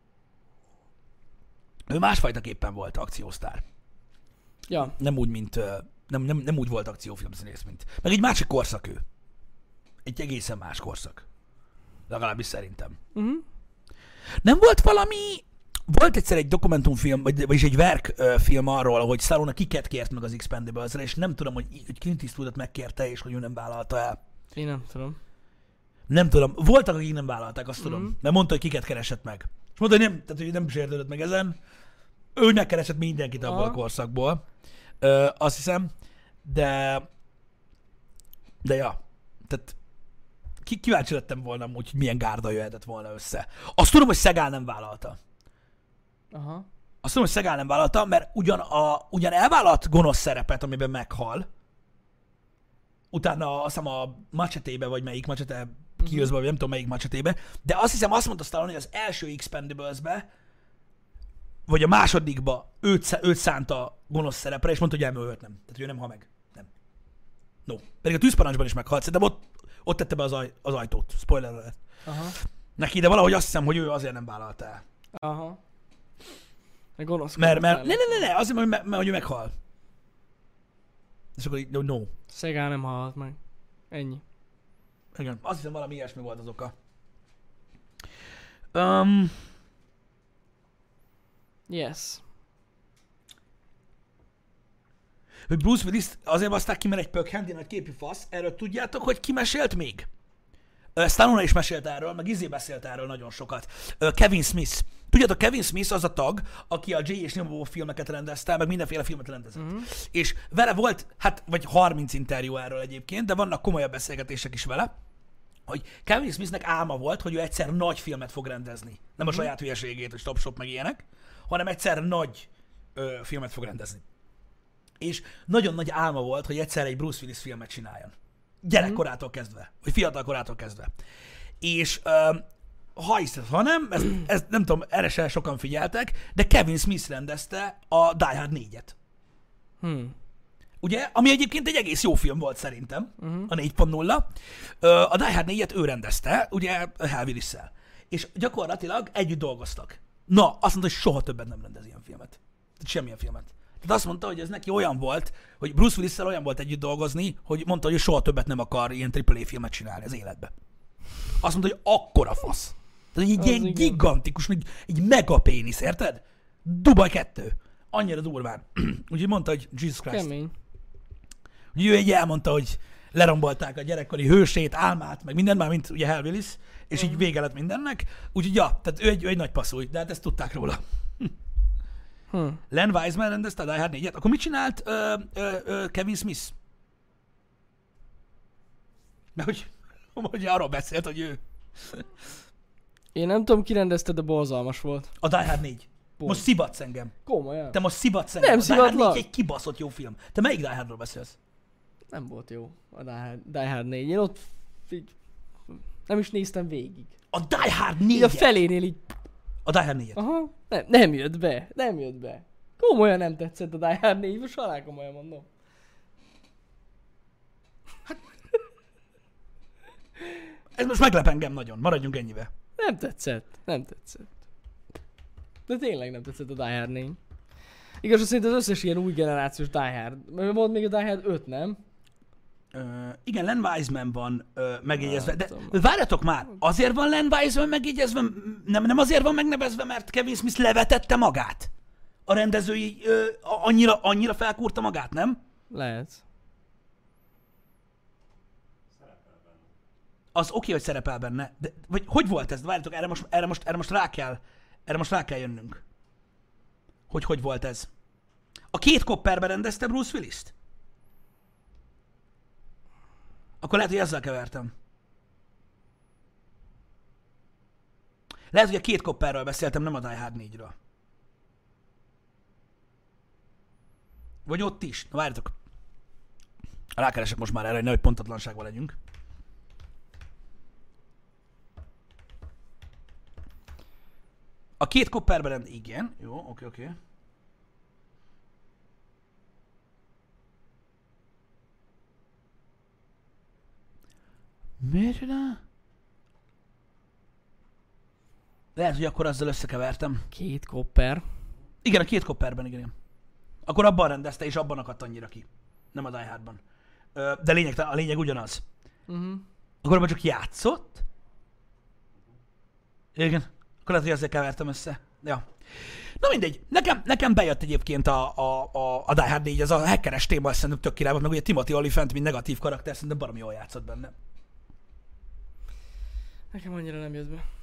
Ő másfajtaképpen volt akciósztár. Ja. Nem úgy, mint... Nem, nem, nem úgy volt akciófilmszínész, mint... Meg egy másik korszak ő. Egy egészen más korszak. Legalábbis szerintem. Uh-huh. Nem volt valami... Volt egyszer egy dokumentumfilm, vagy, vagyis egy verkfilm arról, hogy Stallone kiket kért meg az Expendables-re, és nem tudom, hogy, hogy Clint Eastwoodot megkérte, és hogy ő nem vállalta el. Én nem tudom. Nem tudom. Voltak, akik nem vállalták, azt tudom. Mhm. Mert mondta, hogy kiket keresett meg. És mondta, hogy nem, tehát, hogy nem sértődött meg ezen. Ő megkeresett mindenkit abból Aha. a korszakból. Ö, azt hiszem. De... De ja. Tehát... Ki, kíváncsi lettem volna amúgy, hogy milyen gárda jöhetett volna össze. Azt tudom, hogy Seagal nem vállalta. Aha. Azt tudom, hogy Seagal nem vállalta, mert ugyan, a, ugyan elvállalt gonosz szerepet, amiben meghal. Utána azt hiszem a Machetébe, vagy melyik Machete kiözbe, vagy nem tudom melyik Machetébe, de azt hiszem azt mondta Stallone, hogy az első Expendables-be, vagy a másodikba őt, őt szánta gonosz szerepre, és mondta, hogy elművölt nem. Tehát, hogy ő nem hal meg. Nem. No. Pedig a tűzparancsban is meghalt, szerintem ott, ott tette be az, aj, az ajtót. Spoiler lett. Aha. Neki, de valahogy azt hiszem, hogy ő azért nem vállalta el. Aha. Meg gonosz. Mert, mert, ne, ne, ne, ne, azért, mert, mert, mert hogy ő meghal. És akkor így, no, no. Seagal nem halt meg. Ennyi. Igen, azt hiszem valami ilyesmi volt az oka. Um, Yes. hogy Bruce Willis azért baszták ki, mert egy pökhendi nagy képű fasz. Erről tudjátok, hogy ki mesélt még? Uh, Stallone is mesélt erről, meg Izzy beszélt erről nagyon sokat. Uh, Kevin Smith. Tudjátok, Kevin Smith az a tag, aki a Jay és Nyomó filmeket rendezte, meg mindenféle filmet rendezett. Mhm. És vele volt, hát vagy harminc interjú erről egyébként, de vannak komolyabb beszélgetések is vele, hogy Kevin Smithnek álma volt, hogy ő egyszer nagy filmet fog rendezni. Nem a saját hülyeségét, hogy Stop Shop meg ilyenek, hanem egyszer nagy ö, filmet fog rendezni. És nagyon nagy álma volt, hogy egyszer egy Bruce Willis filmet csináljon. Gyerekkorától kezdve, vagy fiatalkorától kezdve. És ö, ha hiszed, ha nem, ezt, ezt nem tudom, erre sem sokan figyeltek, de Kevin Smith rendezte a Die Hard négyet. Hmm. Ugye? Ami egyébként egy egész jó film volt szerintem, Uh-huh. a négy pont nulla. Ö, A Die Hard négyet ő rendezte, ugye Hal Willisszel. És gyakorlatilag együtt dolgoztak. Na, azt mondta, hogy soha többet nem rendez ilyen filmet. Tehát semmilyen filmet. Tehát azt mondta, hogy ez neki olyan volt, hogy Bruce Willisszel olyan volt együtt dolgozni, hogy mondta, hogy soha többet nem akar ilyen triple A filmet csinálni az életbe. Azt mondta, hogy akkora fasz. Tehát egy Az ilyen igen. gigantikus, egy, egy megapénisz, érted? Dubaj kettő. Annyira durván. Úgyhogy mondta, hogy Jesus Christ. Kemény. Ugye ő egy elmondta, hogy lerombolták a gyerekkori hősét, álmát, meg minden, már mint ugye Hal Willis, és így vége lett mindennek. Úgyhogy ja, tehát ő egy, ő egy nagy passzúj, de hát ezt tudták róla. Hm. Len Wiseman rendezte a Die Hard négyet. Akkor mit csinált ö, ö, ö, Kevin Smith? Mert hogy, hogy arról beszélt, hogy ő Én nem tudom, ki rendezte, de borzalmas volt. a Die Hard négy. Pont. Most szivatsz engem. Komolyan. Te most szivatsz engem. Nem a Die Hard szivatlak. négy egy kibaszott jó film. Te melyik Die Hardról beszélsz? Nem volt jó a Die Hard, Die Hard négy. Én ott így, nem is néztem végig. A Die Hard Így a négyet. felénél így, A Die Hard négyet. aha, nem, nem jött be, nem jött be. Komolyan nem tetszett a Die Hard négy, most halál komolyan mondom. Ez most meglep engem nagyon. Maradjunk ennyibe. Nem tetszett, nem tetszett. De tényleg nem tetszett a Die Hard négy. Igaz, szerint az összes ilyen új generációs Die Hard. Mert volt még a Die Hard öt, nem? Uh, igen, Len Wiseman van uh, megjegyezve, de tudom. várjatok már, azért van Len Wiseman megjegyezve, nem, nem azért van megnevezve, mert Kevin Smith levetette magát? A rendezői uh, annyira, annyira felkúrta magát, nem? Lehet. Az oké, okay, hogy szerepel benne, de vagy hogy volt ez? Várjatok, erre most, erre most, erre most rá kell, erre most rá kell jönnünk. Hogy hogy volt ez? A két kopperbe rendezte Bruce Willis-t? Akkor lehet, hogy ezzel kevertem. Lehet, hogy a két kopperről beszéltem, nem a Die Hard négyről. Vagy ott is. Na várjatok. Rákeresek most már erre, hogy nehogy pontatlanságban legyünk. A két kopperben rend... Igen. Jó, oké, oké. Micsoda? Lehet, hogy akkor azzal összekevertem. Két kopper. Igen, a két kopperben, igen, igen. Akkor abban rendezte, és abban akadt annyira ki. Nem a Die Hardban. Ö, De lényeg, a lényeg ugyanaz. Uh-huh. Akkor abban csak játszott? Igen. Akkor lehet, hogy ezzel kevertem össze. Ja. Na mindegy. Nekem, nekem bejött egyébként a, a, a, a Die Hard négy, ez a hackeres téma, ezt szerintem tök király volt, meg ugye Timothy Olyphant, mint negatív karakter, szerintem baromi jól játszott benne. Nekem annyira nem jött be.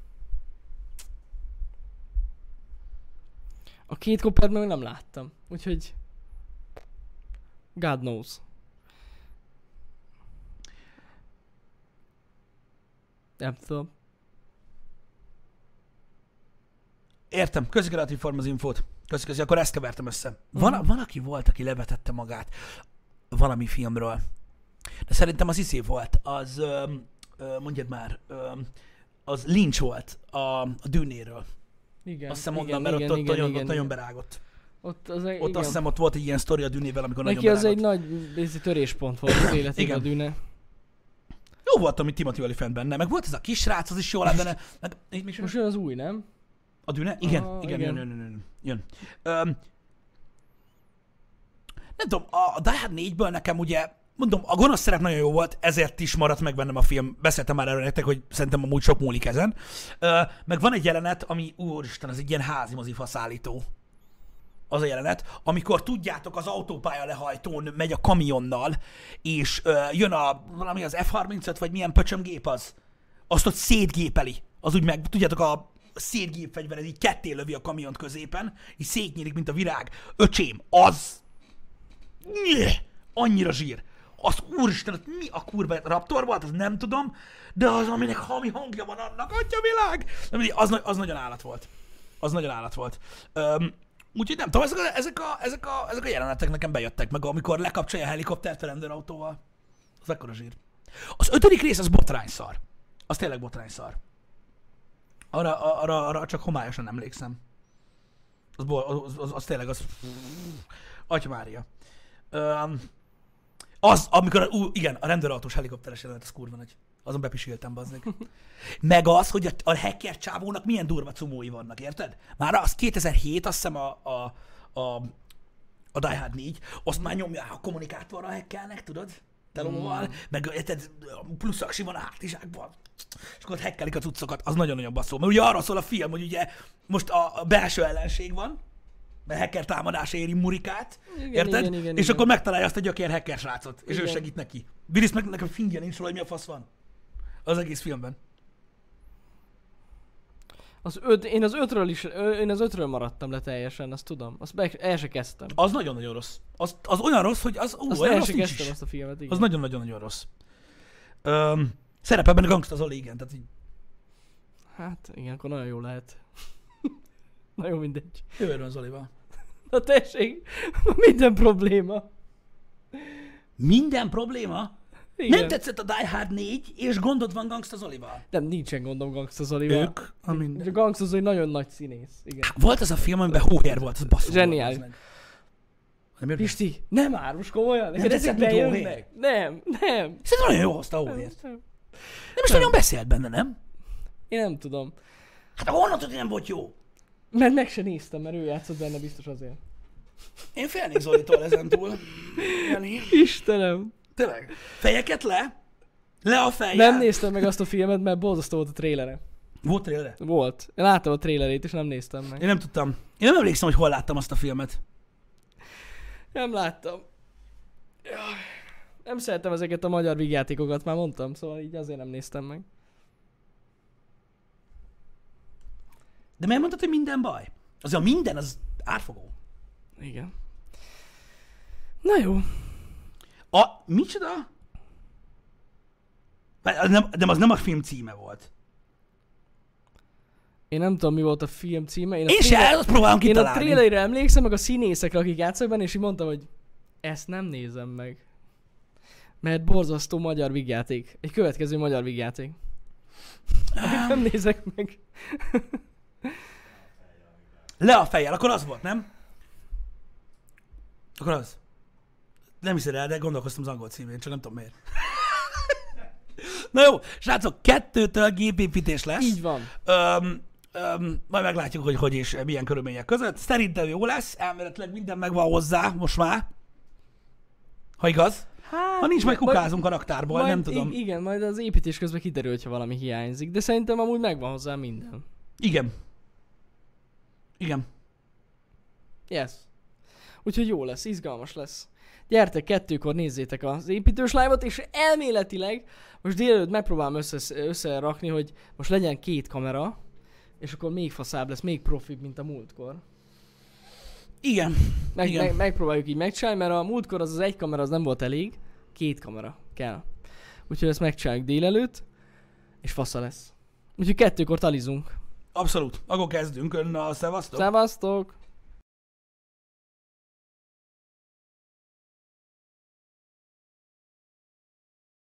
A két koppert meg nem láttam, úgyhogy... God knows. Nem tudom. Értem, köszi kreatív form az infót. Köszi, köszi, akkor ezt kevertem össze. Van, Mhm. van, aki volt, aki levetette magát valami filmről. De szerintem az izé volt, az, öm, ö, mondjad már, öm, az Lynch volt a, a Dűnéről. Igen, Azt hiszem igen, mondom, mert igen, ott, ott, igen, nagyon, igen, ott nagyon igen. berágott. Ott, az, Ott igen. azt hiszem, ott volt egy ilyen sztori a Dűnével, amikor Neki nagyon az egy berágott. nagy ez egy töréspont volt az életében Igen. a Dűne. Jó volt, amit Timothy Olyphant benne, meg volt ez a kisrác, az is jól lett benne. Meg, mi is Most jön az új, nem? A Dűne? Igen, Ah, igen, igen. jön, jön, jön, jön. jön. Öm, nem tudom, a, a Die Hard négyből nekem ugye, mondom, a gonosz szerep nagyon jó volt, ezért is maradt meg bennem a film. Beszéltem már erről nektek, hogy szerintem amúgy sok múlik ezen. Ö, meg van egy jelenet, ami, úristen, az egy ilyen házi mozi faszállító. Az a jelenet, amikor tudjátok, az autópálya lehajtón megy a kamionnal, és ö, jön a, valami az F harmincöt, vagy milyen pöcsömgép az, azt ott szétgépeli. Az úgy meg, tudjátok, a szétgépfegyver, ez így ketté lövi a kamiont középen, és szétnyílik, mint a virág. Öcsém, az... Nyeh, annyira zsír. Az úristen, az mi a kurva Raptor volt, az nem tudom, de az, aminek hami hangja van annak, atya világ! De mindegy, az, az nagyon állat volt. Az nagyon állat volt. Öm, úgyhogy nem tudom, ezek a, ezek, a, ezek, a, ezek a jelenetek nekem bejöttek, meg amikor lekapcsolja a helikoptert a rendőrautóval. Az ekkora zsír. Az ötödik rész az botrányszar. Az tényleg botrányszar. Arra, arra, arra csak homályosan emlékszem. Az, bo- az, az, az tényleg az... Atya Mária. Öm, az, amikor, ú, igen, a rendőrautós helikopteres jelenet, az kurva nagy. Azon bepisültem, bazdmeg. Meg az, hogy a, a hacker csávónak milyen durva cumói vannak, érted? Már az kétezer-hét, azt hiszem a, a, a, a Die Hard négy, azt már nyomja a kommunikátorra hackelnek, tudod? Telóval, mm. meg érted, plusz aksi van a hátizsákban. És akkor ott hackelik a cuccokat, az nagyon-nagyon baszó. Mert ugye arról szól a film, hogy ugye most a, a belső ellenség van, mert hacker támadás éri Murikát, Igen, érted? igen, igen, és igen. akkor megtalálja azt a gyökér hacker srácot, és Igen. ő segít neki. Willis meg nekem fingja nincs róla, hogy mi a fasz van. Az egész filmben. Az öt, én az ötről is, ö, én az ötről maradtam le teljesen, azt tudom. Azt be, el se kezdtem. Az nagyon-nagyon rossz. Az, az olyan rossz, hogy az, ú, Azt olyan el rossz se nincs kezdtem is. azt a filmet, igen. Az nagyon-nagyon-nagyon rossz. Öm, szerepel benne Gangsta Zoli, igen. Tehát így Hát igen, akkor nagyon jó lehet. Na jó, mindegy. jövőre van Zolival. Na tessék, minden probléma. Minden probléma? Igen. Nem tetszett a Die Hard négy, és gondod van Gangsta Zolival? Nem, nincsen gondom Gangsta Zolival. Ők? A minden. A Gangsta Zoli nagyon nagy színész. Igen. Volt az a film, amiben hóhér volt, az basszú. Zseniális. volt, az meg. Nem érted? Pisti, nem már, most komolyan? Neked tetszett, ezek mint hóhér? bejönnek? Nem, nem. Szerintem nagyon jó hozta a hóhért. Nem. Nem is nagyon beszélt benne, nem? Én nem tudom. Hát honnan tudod, hogy nem volt jó? Mert meg se néztem, mert ő játszott benne biztos azért. Én félnék Zolitól ezentúl. Jani. Istenem. Tényleg. Fejeket le? Le a fejjel? Nem néztem meg azt a filmet, mert borzasztó volt a trélere. Volt trailer? Volt. Én láttam a trélerét, és nem néztem meg. Én nem tudtam. Én nem emlékszem, hogy hol láttam azt a filmet. Nem láttam. Jaj. Nem szeretem ezeket a magyar vígjátékokat, már mondtam, szóval így azért nem néztem meg. De miért mondtad, hogy minden baj? Az a minden, az átfogó. Igen. Na jó. A, micsoda? Az nem, nem, az nem a film címe volt. Én nem tudom, mi volt a film címe. Én, a Én tréler- se, azt próbálom Én a kitalálni. trailerre emlékszem, meg a színészekre, akik játszanak benne, és így mondtam, hogy ezt nem nézem meg. Mert borzasztó magyar vígjáték. Egy következő magyar vígjáték. Amit nem nézek meg. Le a fejjel, akkor az volt, nem? Akkor az. Nem hiszed el, de gondolkoztam az angol címén, csak nem tudom miért. Na jó, srácok, kettőtől gépépítés lesz. Így van. Öm, öm, majd meglátjuk, hogy hogy és milyen körülmények között. Szerintem jó lesz, elméletileg minden megvan hozzá most már. Ha igaz. Hát, Ha nincs, majd kukázunk a raktárból, majd, nem tudom. i- Igen, majd az építés közben kiderül, hogyha valami hiányzik. De szerintem amúgy megvan hozzá minden. Igen. Igen. Yes. Úgyhogy jó lesz, izgalmas lesz. Gyertek, kettőkor nézzétek az építős live-ot, és elméletileg most délelőtt megpróbálom össze, összerakni, hogy most legyen két kamera, és akkor még faszább lesz, még profibb, mint a múltkor. Igen. Meg, Igen. meg, megpróbáljuk így megcsinálni, mert a múltkor az az egy kamera az nem volt elég, két kamera kell. Úgyhogy ezt megcsináljuk délelőtt, és fasza lesz. Úgyhogy kettőkor talizunk. Abszolút. Akkor kezdünk önnel a szevasztok. Szevasztok!